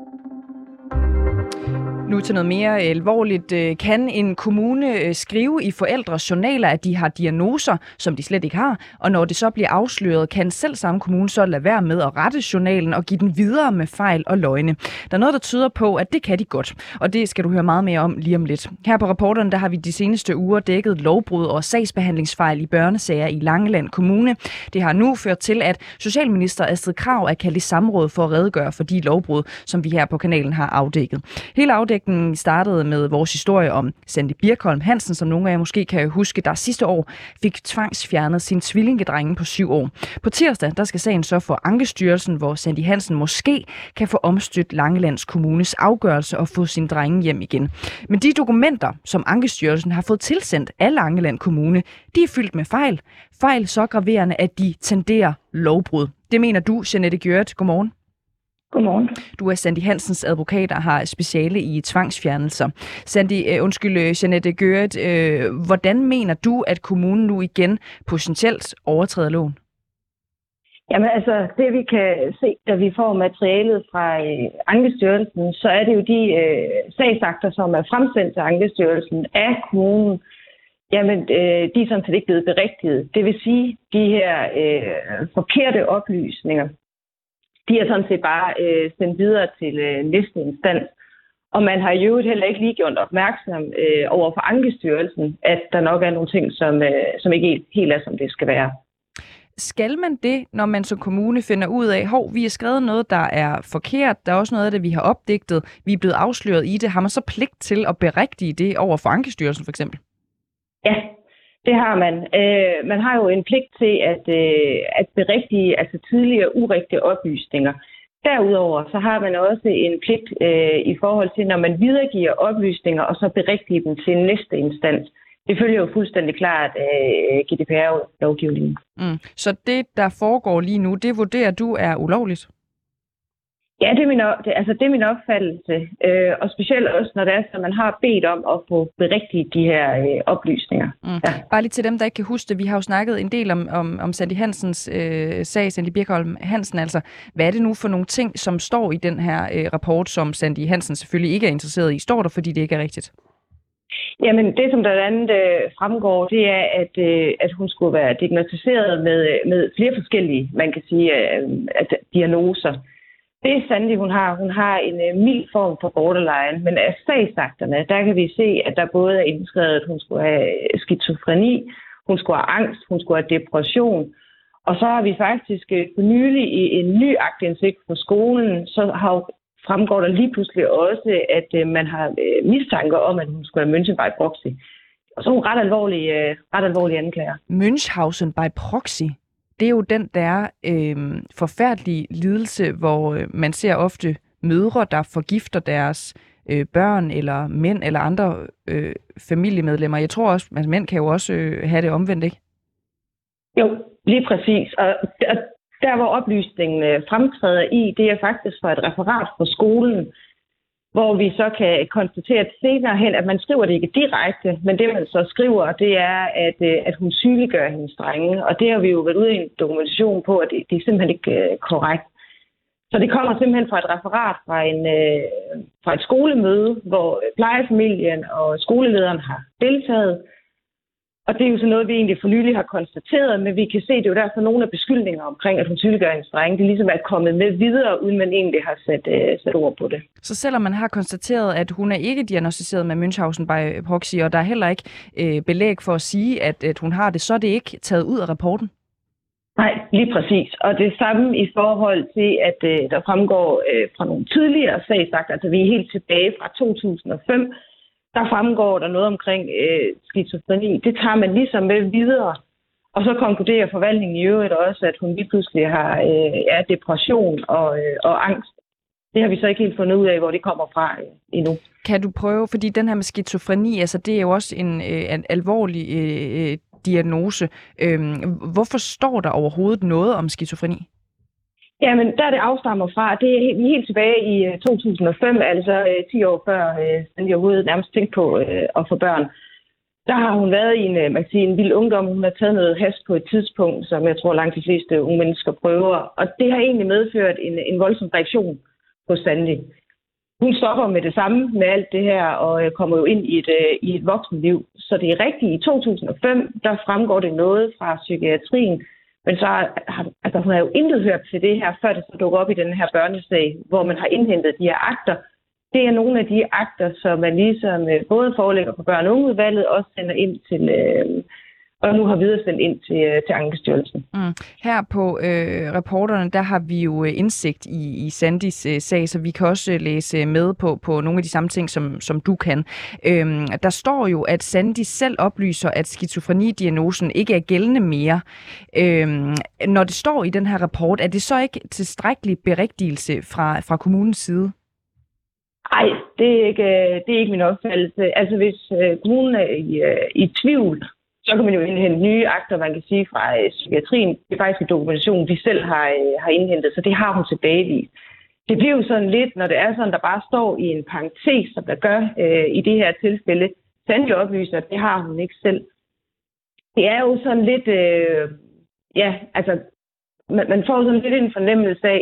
Nu til noget mere alvorligt. Kan en kommune skrive i forældres journaler, at de har diagnoser, som de slet ikke har? Og når det så bliver afsløret, kan selv samme kommune så lade være med at rette journalen og give den videre med fejl og løgne. Der er noget, der tyder på, at det kan de godt. Og det skal du høre meget mere om lige om lidt. Her på Reporteren, der har vi de seneste uger dækket lovbrud og sagsbehandlingsfejl i børnesager i Langeland Kommune. Det har nu ført til, at socialminister Astrid Krag er kaldt i samråd for at redegøre for de lovbrud, som vi her på kanalen har afdækket. Hele afdækningen startede med vores historie om Sandy Birkholm Hansen, som nogle af jer måske kan huske, der sidste år fik tvangsfjernet sin tvillingedrenge på 7 år. På tirsdag, der skal sagen så for Ankestyrelsen, hvor Sandy Hansen måske kan få omstødt Langelands Kommunes afgørelse og få sin drenge hjem igen. Men de dokumenter, som Ankestyrelsen har fået tilsendt af Langeland Kommune, de er fyldt med fejl. Fejl så graverende, at de tenderer lovbrud. Det mener du, Jeanette Gjørt. Godmorgen. Godmorgen. Du er Sandy Hansens advokat og har speciale i tvangsfjernelser. Sandy, Jeanette Gøret, hvordan mener du, at kommunen nu igen potentielt overtræder loven? Jamen altså, det vi kan se, da vi får materialet fra Ankestyrelsen, så er det jo de sagsakter, som er fremsendt til Ankestyrelsen af kommunen. Jamen, de er sådan set ikke blevet berigtiget. Det vil sige, de her forkerte oplysninger, de er sådan set bare sendt videre til næste instans. Og man har jo heller ikke lige gjort opmærksom over for Ankestyrelsen, at der nok er nogle ting, som ikke helt er, som det skal være. Skal man det, når man som kommune finder ud af, vi har skrevet noget, der er forkert, der er også noget af det, vi har opdigtet, vi er blevet afsløret i det, har man så pligt til at berigtige det over for Ankestyrelsen for eksempel? Ja, det har man. Man har jo en pligt til at berigtige altså tidligere urigtige oplysninger. Derudover så har man også en pligt i forhold til, når man videregiver oplysninger, og så berigtige dem til næste instans. Det følger jo fuldstændig klart GDPR-lovgivningen. Så det, der foregår lige nu, det vurderer du er ulovligt? Ja, det er min opfattelse. Og specielt også, når det er, så man har bedt om at få berigtiget de her oplysninger. Ja. Bare lige til dem, der ikke kan huske det. Vi har jo snakket en del om Sandy Hansens sag, Sandy Birkholm Hansen. Altså, hvad er det nu for nogle ting, som står i den her rapport, som Sandy Hansen selvfølgelig ikke er interesseret i? Står der, fordi det ikke er rigtigt? Jamen, det som der andet fremgår, det er, at hun skulle være diagnosticeret med flere forskellige, man kan sige, diagnoser. Det er Sandy, hun har. Hun har en mild form for borderline, men af sagsakterne, der kan vi se, at der både er indskrevet, at hun skulle have skizofreni, hun skulle have angst, hun skulle have depression. Og så har vi faktisk for nylig i en ny aktindsigt på skolen, så fremgår der lige pludselig også, at man har mistanker om, at hun skulle have München by proxy. Og så er hun ret alvorlige anklager. Münchhausen by proxy? Det er jo den der forfærdelige lidelse, hvor man ser ofte mødre, der forgifter deres børn eller mænd eller andre familiemedlemmer. Jeg tror også, at mænd kan jo også have det omvendt, ikke? Jo, lige præcis. Og der, hvor oplysningen fremtræder i, det er faktisk fra et referat fra skolen, hvor vi så kan konstatere senere hen, at man skriver det ikke direkte, men det man så skriver, det er, at hun sygeliggør hendes drenge. Og det har vi jo været ude i en dokumentation på, at det er simpelthen ikke korrekt. Så det kommer simpelthen fra et referat fra et skolemøde, hvor plejefamilien og skolelederen har deltaget. Og det er jo så noget, vi egentlig for nylig har konstateret, men vi kan se, det er jo derfor nogle af beskyldninger omkring, at hun sygeliggør hendes drenge, det ligesom er kommet med videre, uden man egentlig har sat ord på det. Så selvom man har konstateret, at hun er ikke diagnosticeret med Münchhausen by proxy, og der er heller ikke belæg for at sige, at hun har det, så er det ikke taget ud af rapporten? Nej, lige præcis. Og det samme i forhold til, at der fremgår fra nogle tidligere sagsakter, altså vi er helt tilbage fra 2005, der fremgår der noget omkring skizofreni. Det tager man ligesom med videre. Og så konkluderer forvaltningen i øvrigt også, at hun lige pludselig har depression og angst. Det har vi så ikke helt fundet ud af, hvor det kommer fra endnu. Kan du prøve, fordi den her med skizofreni, altså det er jo også en alvorlig diagnose. Hvorfor står der overhovedet noget om skizofreni? Jamen, der det afstammer fra, det er helt tilbage i 2005, altså 10 år før Sandy overhovedet nærmest tænkte på at få børn. Der har hun været i en vild ungdom. Hun har taget noget hast på et tidspunkt, som jeg tror langt de fleste unge mennesker prøver. Og det har egentlig medført en voldsom reaktion hos Sandy. Hun stopper med det samme med alt det her og kommer jo ind i et voksenliv. Så det er rigtigt. I 2005, der fremgår det noget fra psykiatrien. Men så hun har jo intet hørt til det her, før det så dukker op i den her børnesag, hvor man har indhentet de her akter. Det er nogle af de akter, som man ligesom både forelægger på børn- og ungeudvalget, også sender ind til, og nu har videresendt ind til Ankestyrelsen. Her på reporterne, der har vi jo indsigt i Sandys sag, så vi kan også læse med på nogle af de samme ting, som du kan. Der står jo, at Sandy selv oplyser, at skizofrenidiagnosen ikke er gældende mere. Når det står i den her rapport, er det så ikke tilstrækkelig berigtigelse fra kommunens side? Nej, det er ikke min opfattelse. Altså hvis kommunen er i tvivl, så kan man jo indhente nye akter, man kan sige, fra psykiatrien. Det er faktisk en dokumentation, vi selv har indhentet, så det har hun tilbagevist. det bliver jo sådan lidt, når det er sådan, der bare står i en parentes, som der gør i det her tilfælde. Sandy oplyser, at det har hun ikke selv. Det er jo sådan lidt, man får sådan lidt en fornemmelse af,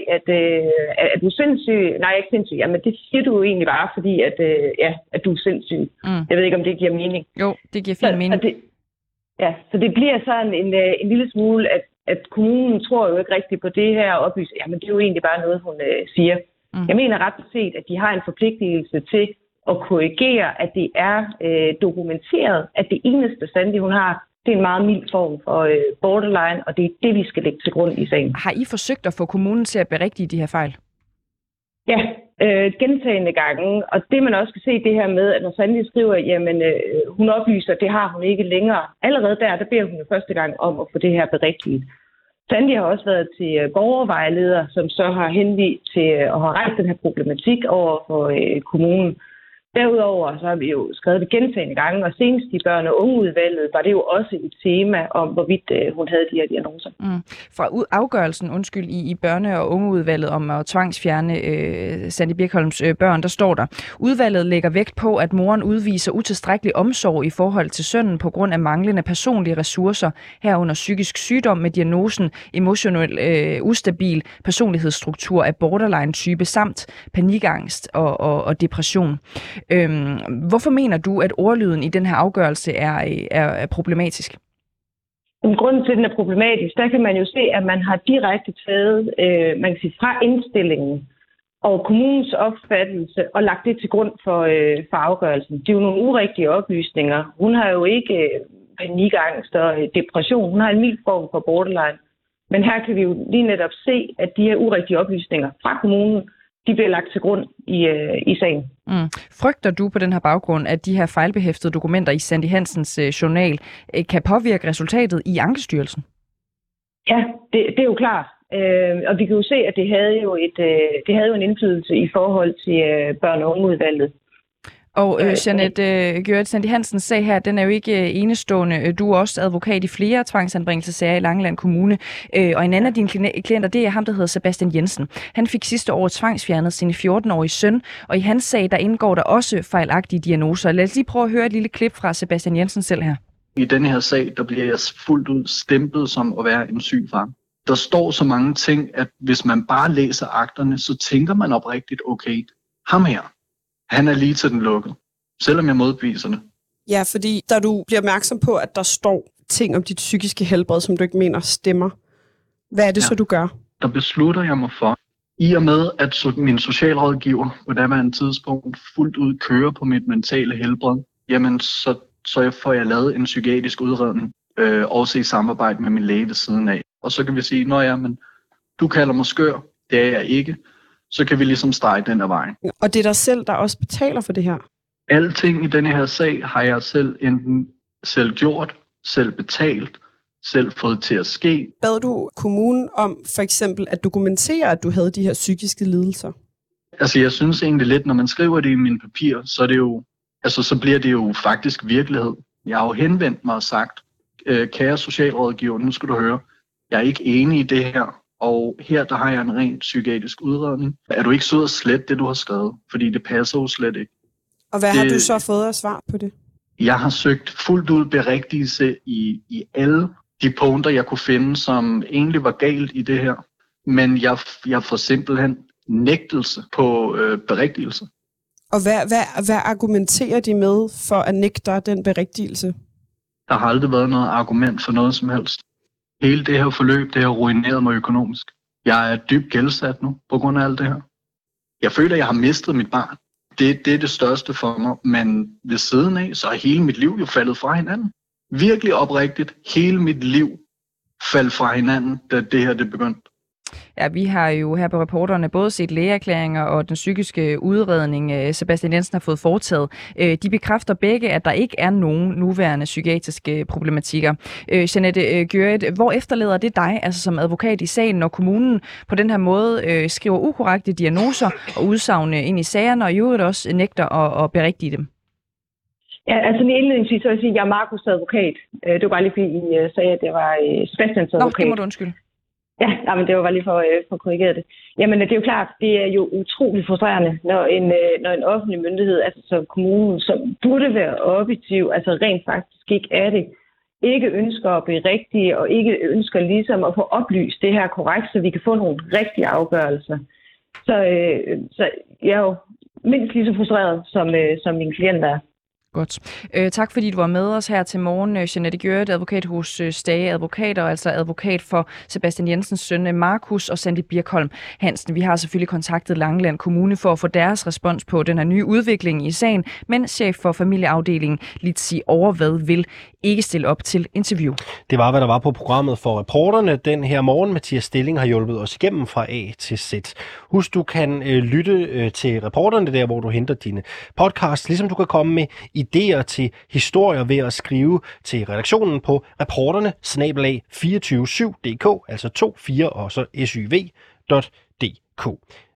at du er sindssyg. Nej, ikke sindssyg. Jamen, det siger du jo egentlig bare, fordi at du er sindssyg. Jeg ved ikke, om det giver mening. Jo, det giver fin mening. Så det bliver sådan en lille smule, at kommunen tror jo ikke rigtigt på det her og oplyser, jamen det er jo egentlig bare noget, hun siger. Jeg mener ret set, at de har en forpligtelse til at korrigere, at det er dokumenteret, at det eneste Sandy, hun har, det er en meget mild form for borderline, og det er det, vi skal lægge til grund i sagen. Har I forsøgt at få kommunen til at berigtige de her fejl? Ja, gentagende gange. Og det man også kan se det her med, at når Sandy skriver, jamen hun oplyser, at det har hun ikke længere. Allerede der beder hun jo første gang om at få det her berigtiget. Sandy har også været til borgervejleder, som så har henvist til at have rejst den her problematik over for kommunen. Derudover så har vi jo skrevet det gentagende gange, og senest i børne- og ungeudvalget var det jo også et tema om, hvorvidt hun havde de her diagnoser. Fra afgørelsen, i børne- og ungeudvalget om at tvangsfjerne Sandy Birkholms børn, der står der: udvalget lægger vægt på, at moren udviser utilstrækkelig omsorg i forhold til sønnen på grund af manglende personlige ressourcer, herunder psykisk sygdom med diagnosen emotionel ustabil personlighedsstruktur af borderline-type samt panikangst og depression. Hvorfor mener du, at ordlyden i den her afgørelse er problematisk? Grunden til, at den er problematisk, der kan man jo se, at man har direkte taget man kan sige, fra indstillingen og kommunens opfattelse og lagt det til grund for afgørelsen. Det er jo nogle urigtige oplysninger. Hun har jo ikke panikangst og depression. Hun har en mild form for borderline. Men her kan vi jo lige netop se, at de her urigtige oplysninger fra kommunen, de bliver lagt til grund i sagen. Frygter du på den her baggrund, at de her fejlbehæftede dokumenter i Sandy Hansens journal kan påvirke resultatet i Ankestyrelsen? Ja, det er jo klart. Og vi kan jo se, at det havde jo en indflydelse i forhold til børne- og ungeudvalget. Og Jeanette Gjøret, Sandy Hansens sag her, den er jo ikke enestående. Du er også advokat i flere tvangsanbringelsessager i Langeland Kommune. Og en anden af dine klienter, det er ham, der hedder Sebastian Jensen. Han fik sidste år tvangsfjernet sin 14-årige søn, og i hans sag, der indgår der også fejlagtige diagnoser. Lad os lige prøve at høre et lille klip fra Sebastian Jensen selv her. I denne her sag, der bliver jeg fuldt ud stemplet som at være en syg far. Der står så mange ting, at hvis man bare læser akterne, så tænker man oprigtigt, okay, ham her, han er lige til den lukket, selvom jeg modbeviser det. Ja, fordi da du bliver opmærksom på, at der står ting om dit psykiske helbred, som du ikke mener stemmer, hvad er det så, du gør? Der beslutter jeg mig for, i og med at min socialrådgiver på daværende tidspunkt fuldt ud kører på mit mentale helbred, jamen så får jeg lavet en psykiatrisk udredning, også i samarbejde med min læge ved siden af. Og så kan vi sige, men du kalder mig skør, det er jeg ikke. Så kan vi ligesom strække den af vejen. Og det er dig selv, der også betaler for det her? Alting i denne her sag har jeg enten selv gjort, selv betalt, selv fået til at ske. Bad du kommunen om for eksempel at dokumentere, at du havde de her psykiske lidelser? Altså jeg synes egentlig lidt, når man skriver det i mine papirer, så er det jo, så bliver det jo faktisk virkelighed. Jeg har jo henvendt mig og sagt, kære socialrådgiver, nu skal du høre, jeg er ikke enig i det her. Og her, der har jeg en rent psykiatrisk udredning. Er du ikke sød at slette det, du har skrevet? Fordi det passer jo slet ikke. Og hvad har du så fået af svar på det? Jeg har søgt fuldt ud berigtigelse i alle de punkter, jeg kunne finde, som egentlig var galt i det her. Men jeg får simpelthen nægtelse på berigtigelse. Og hvad argumenterer de med for at nægte dig den berigtigelse? Der har aldrig været noget argument for noget som helst. Hele det her forløb, det har ruineret mig økonomisk. Jeg er dybt gældsat nu, på grund af alt det her. Jeg føler, at jeg har mistet mit barn. Det er det største for mig, men ved siden af, så er hele mit liv jo faldet fra hinanden. Virkelig oprigtigt, hele mit liv faldt fra hinanden, da det her det begyndte. Ja, vi har jo her på Reporterne både set lægeerklæringer og den psykiske udredning, Sebastian Jensen har fået foretaget. De bekræfter begge, at der ikke er nogen nuværende psykiatriske problematikker. Jeanette Gjøret, hvor efterlader det dig, altså som advokat i sagen, når kommunen på den her måde skriver ukorrekte diagnoser og udsagn ind i sagerne, og i øvrigt også nægter at berigtige dem? Ja, altså indledningsvis så vil jeg sige, at jeg er Markus' advokat. Det var bare lige fordi, I sagde, at det var Sebastians advokat. Nå, det må du undskylde. Ja, men det var bare lige for korrigeret det. Jamen, det er jo klart, det er jo utroligt frustrerende, når en offentlig myndighed, altså som kommunen, som burde være objektiv, altså rent faktisk ikke er det, ikke ønsker at blive rigtige, og ikke ønsker ligesom at få oplyst det her korrekt, så vi kan få nogle rigtige afgørelser. Så jeg er jo mindst lige så frustreret, som min klient er. Godt. Tak fordi du var med os her til morgen, Jeanette Gjøret, advokat hos Stage Advokater, altså advokat for Sebastian Jensens søn Markus og Sandy Birkholm Hansen. Vi har selvfølgelig kontaktet Langeland Kommune for at få deres respons på den her nye udvikling i sagen, men chef for familieafdelingen Litsi Overvad vil ikke stille op til interview. Det var, hvad der var på programmet for reporterne den her morgen. Mathias Stilling har hjulpet os igennem fra A til Z. Husk, du kan lytte til reporterne der, hvor du henter dine podcasts, ligesom du kan komme med idéer til historier ved at skrive til redaktionen på reporterne@247.dk, altså 24 og så syv.dk.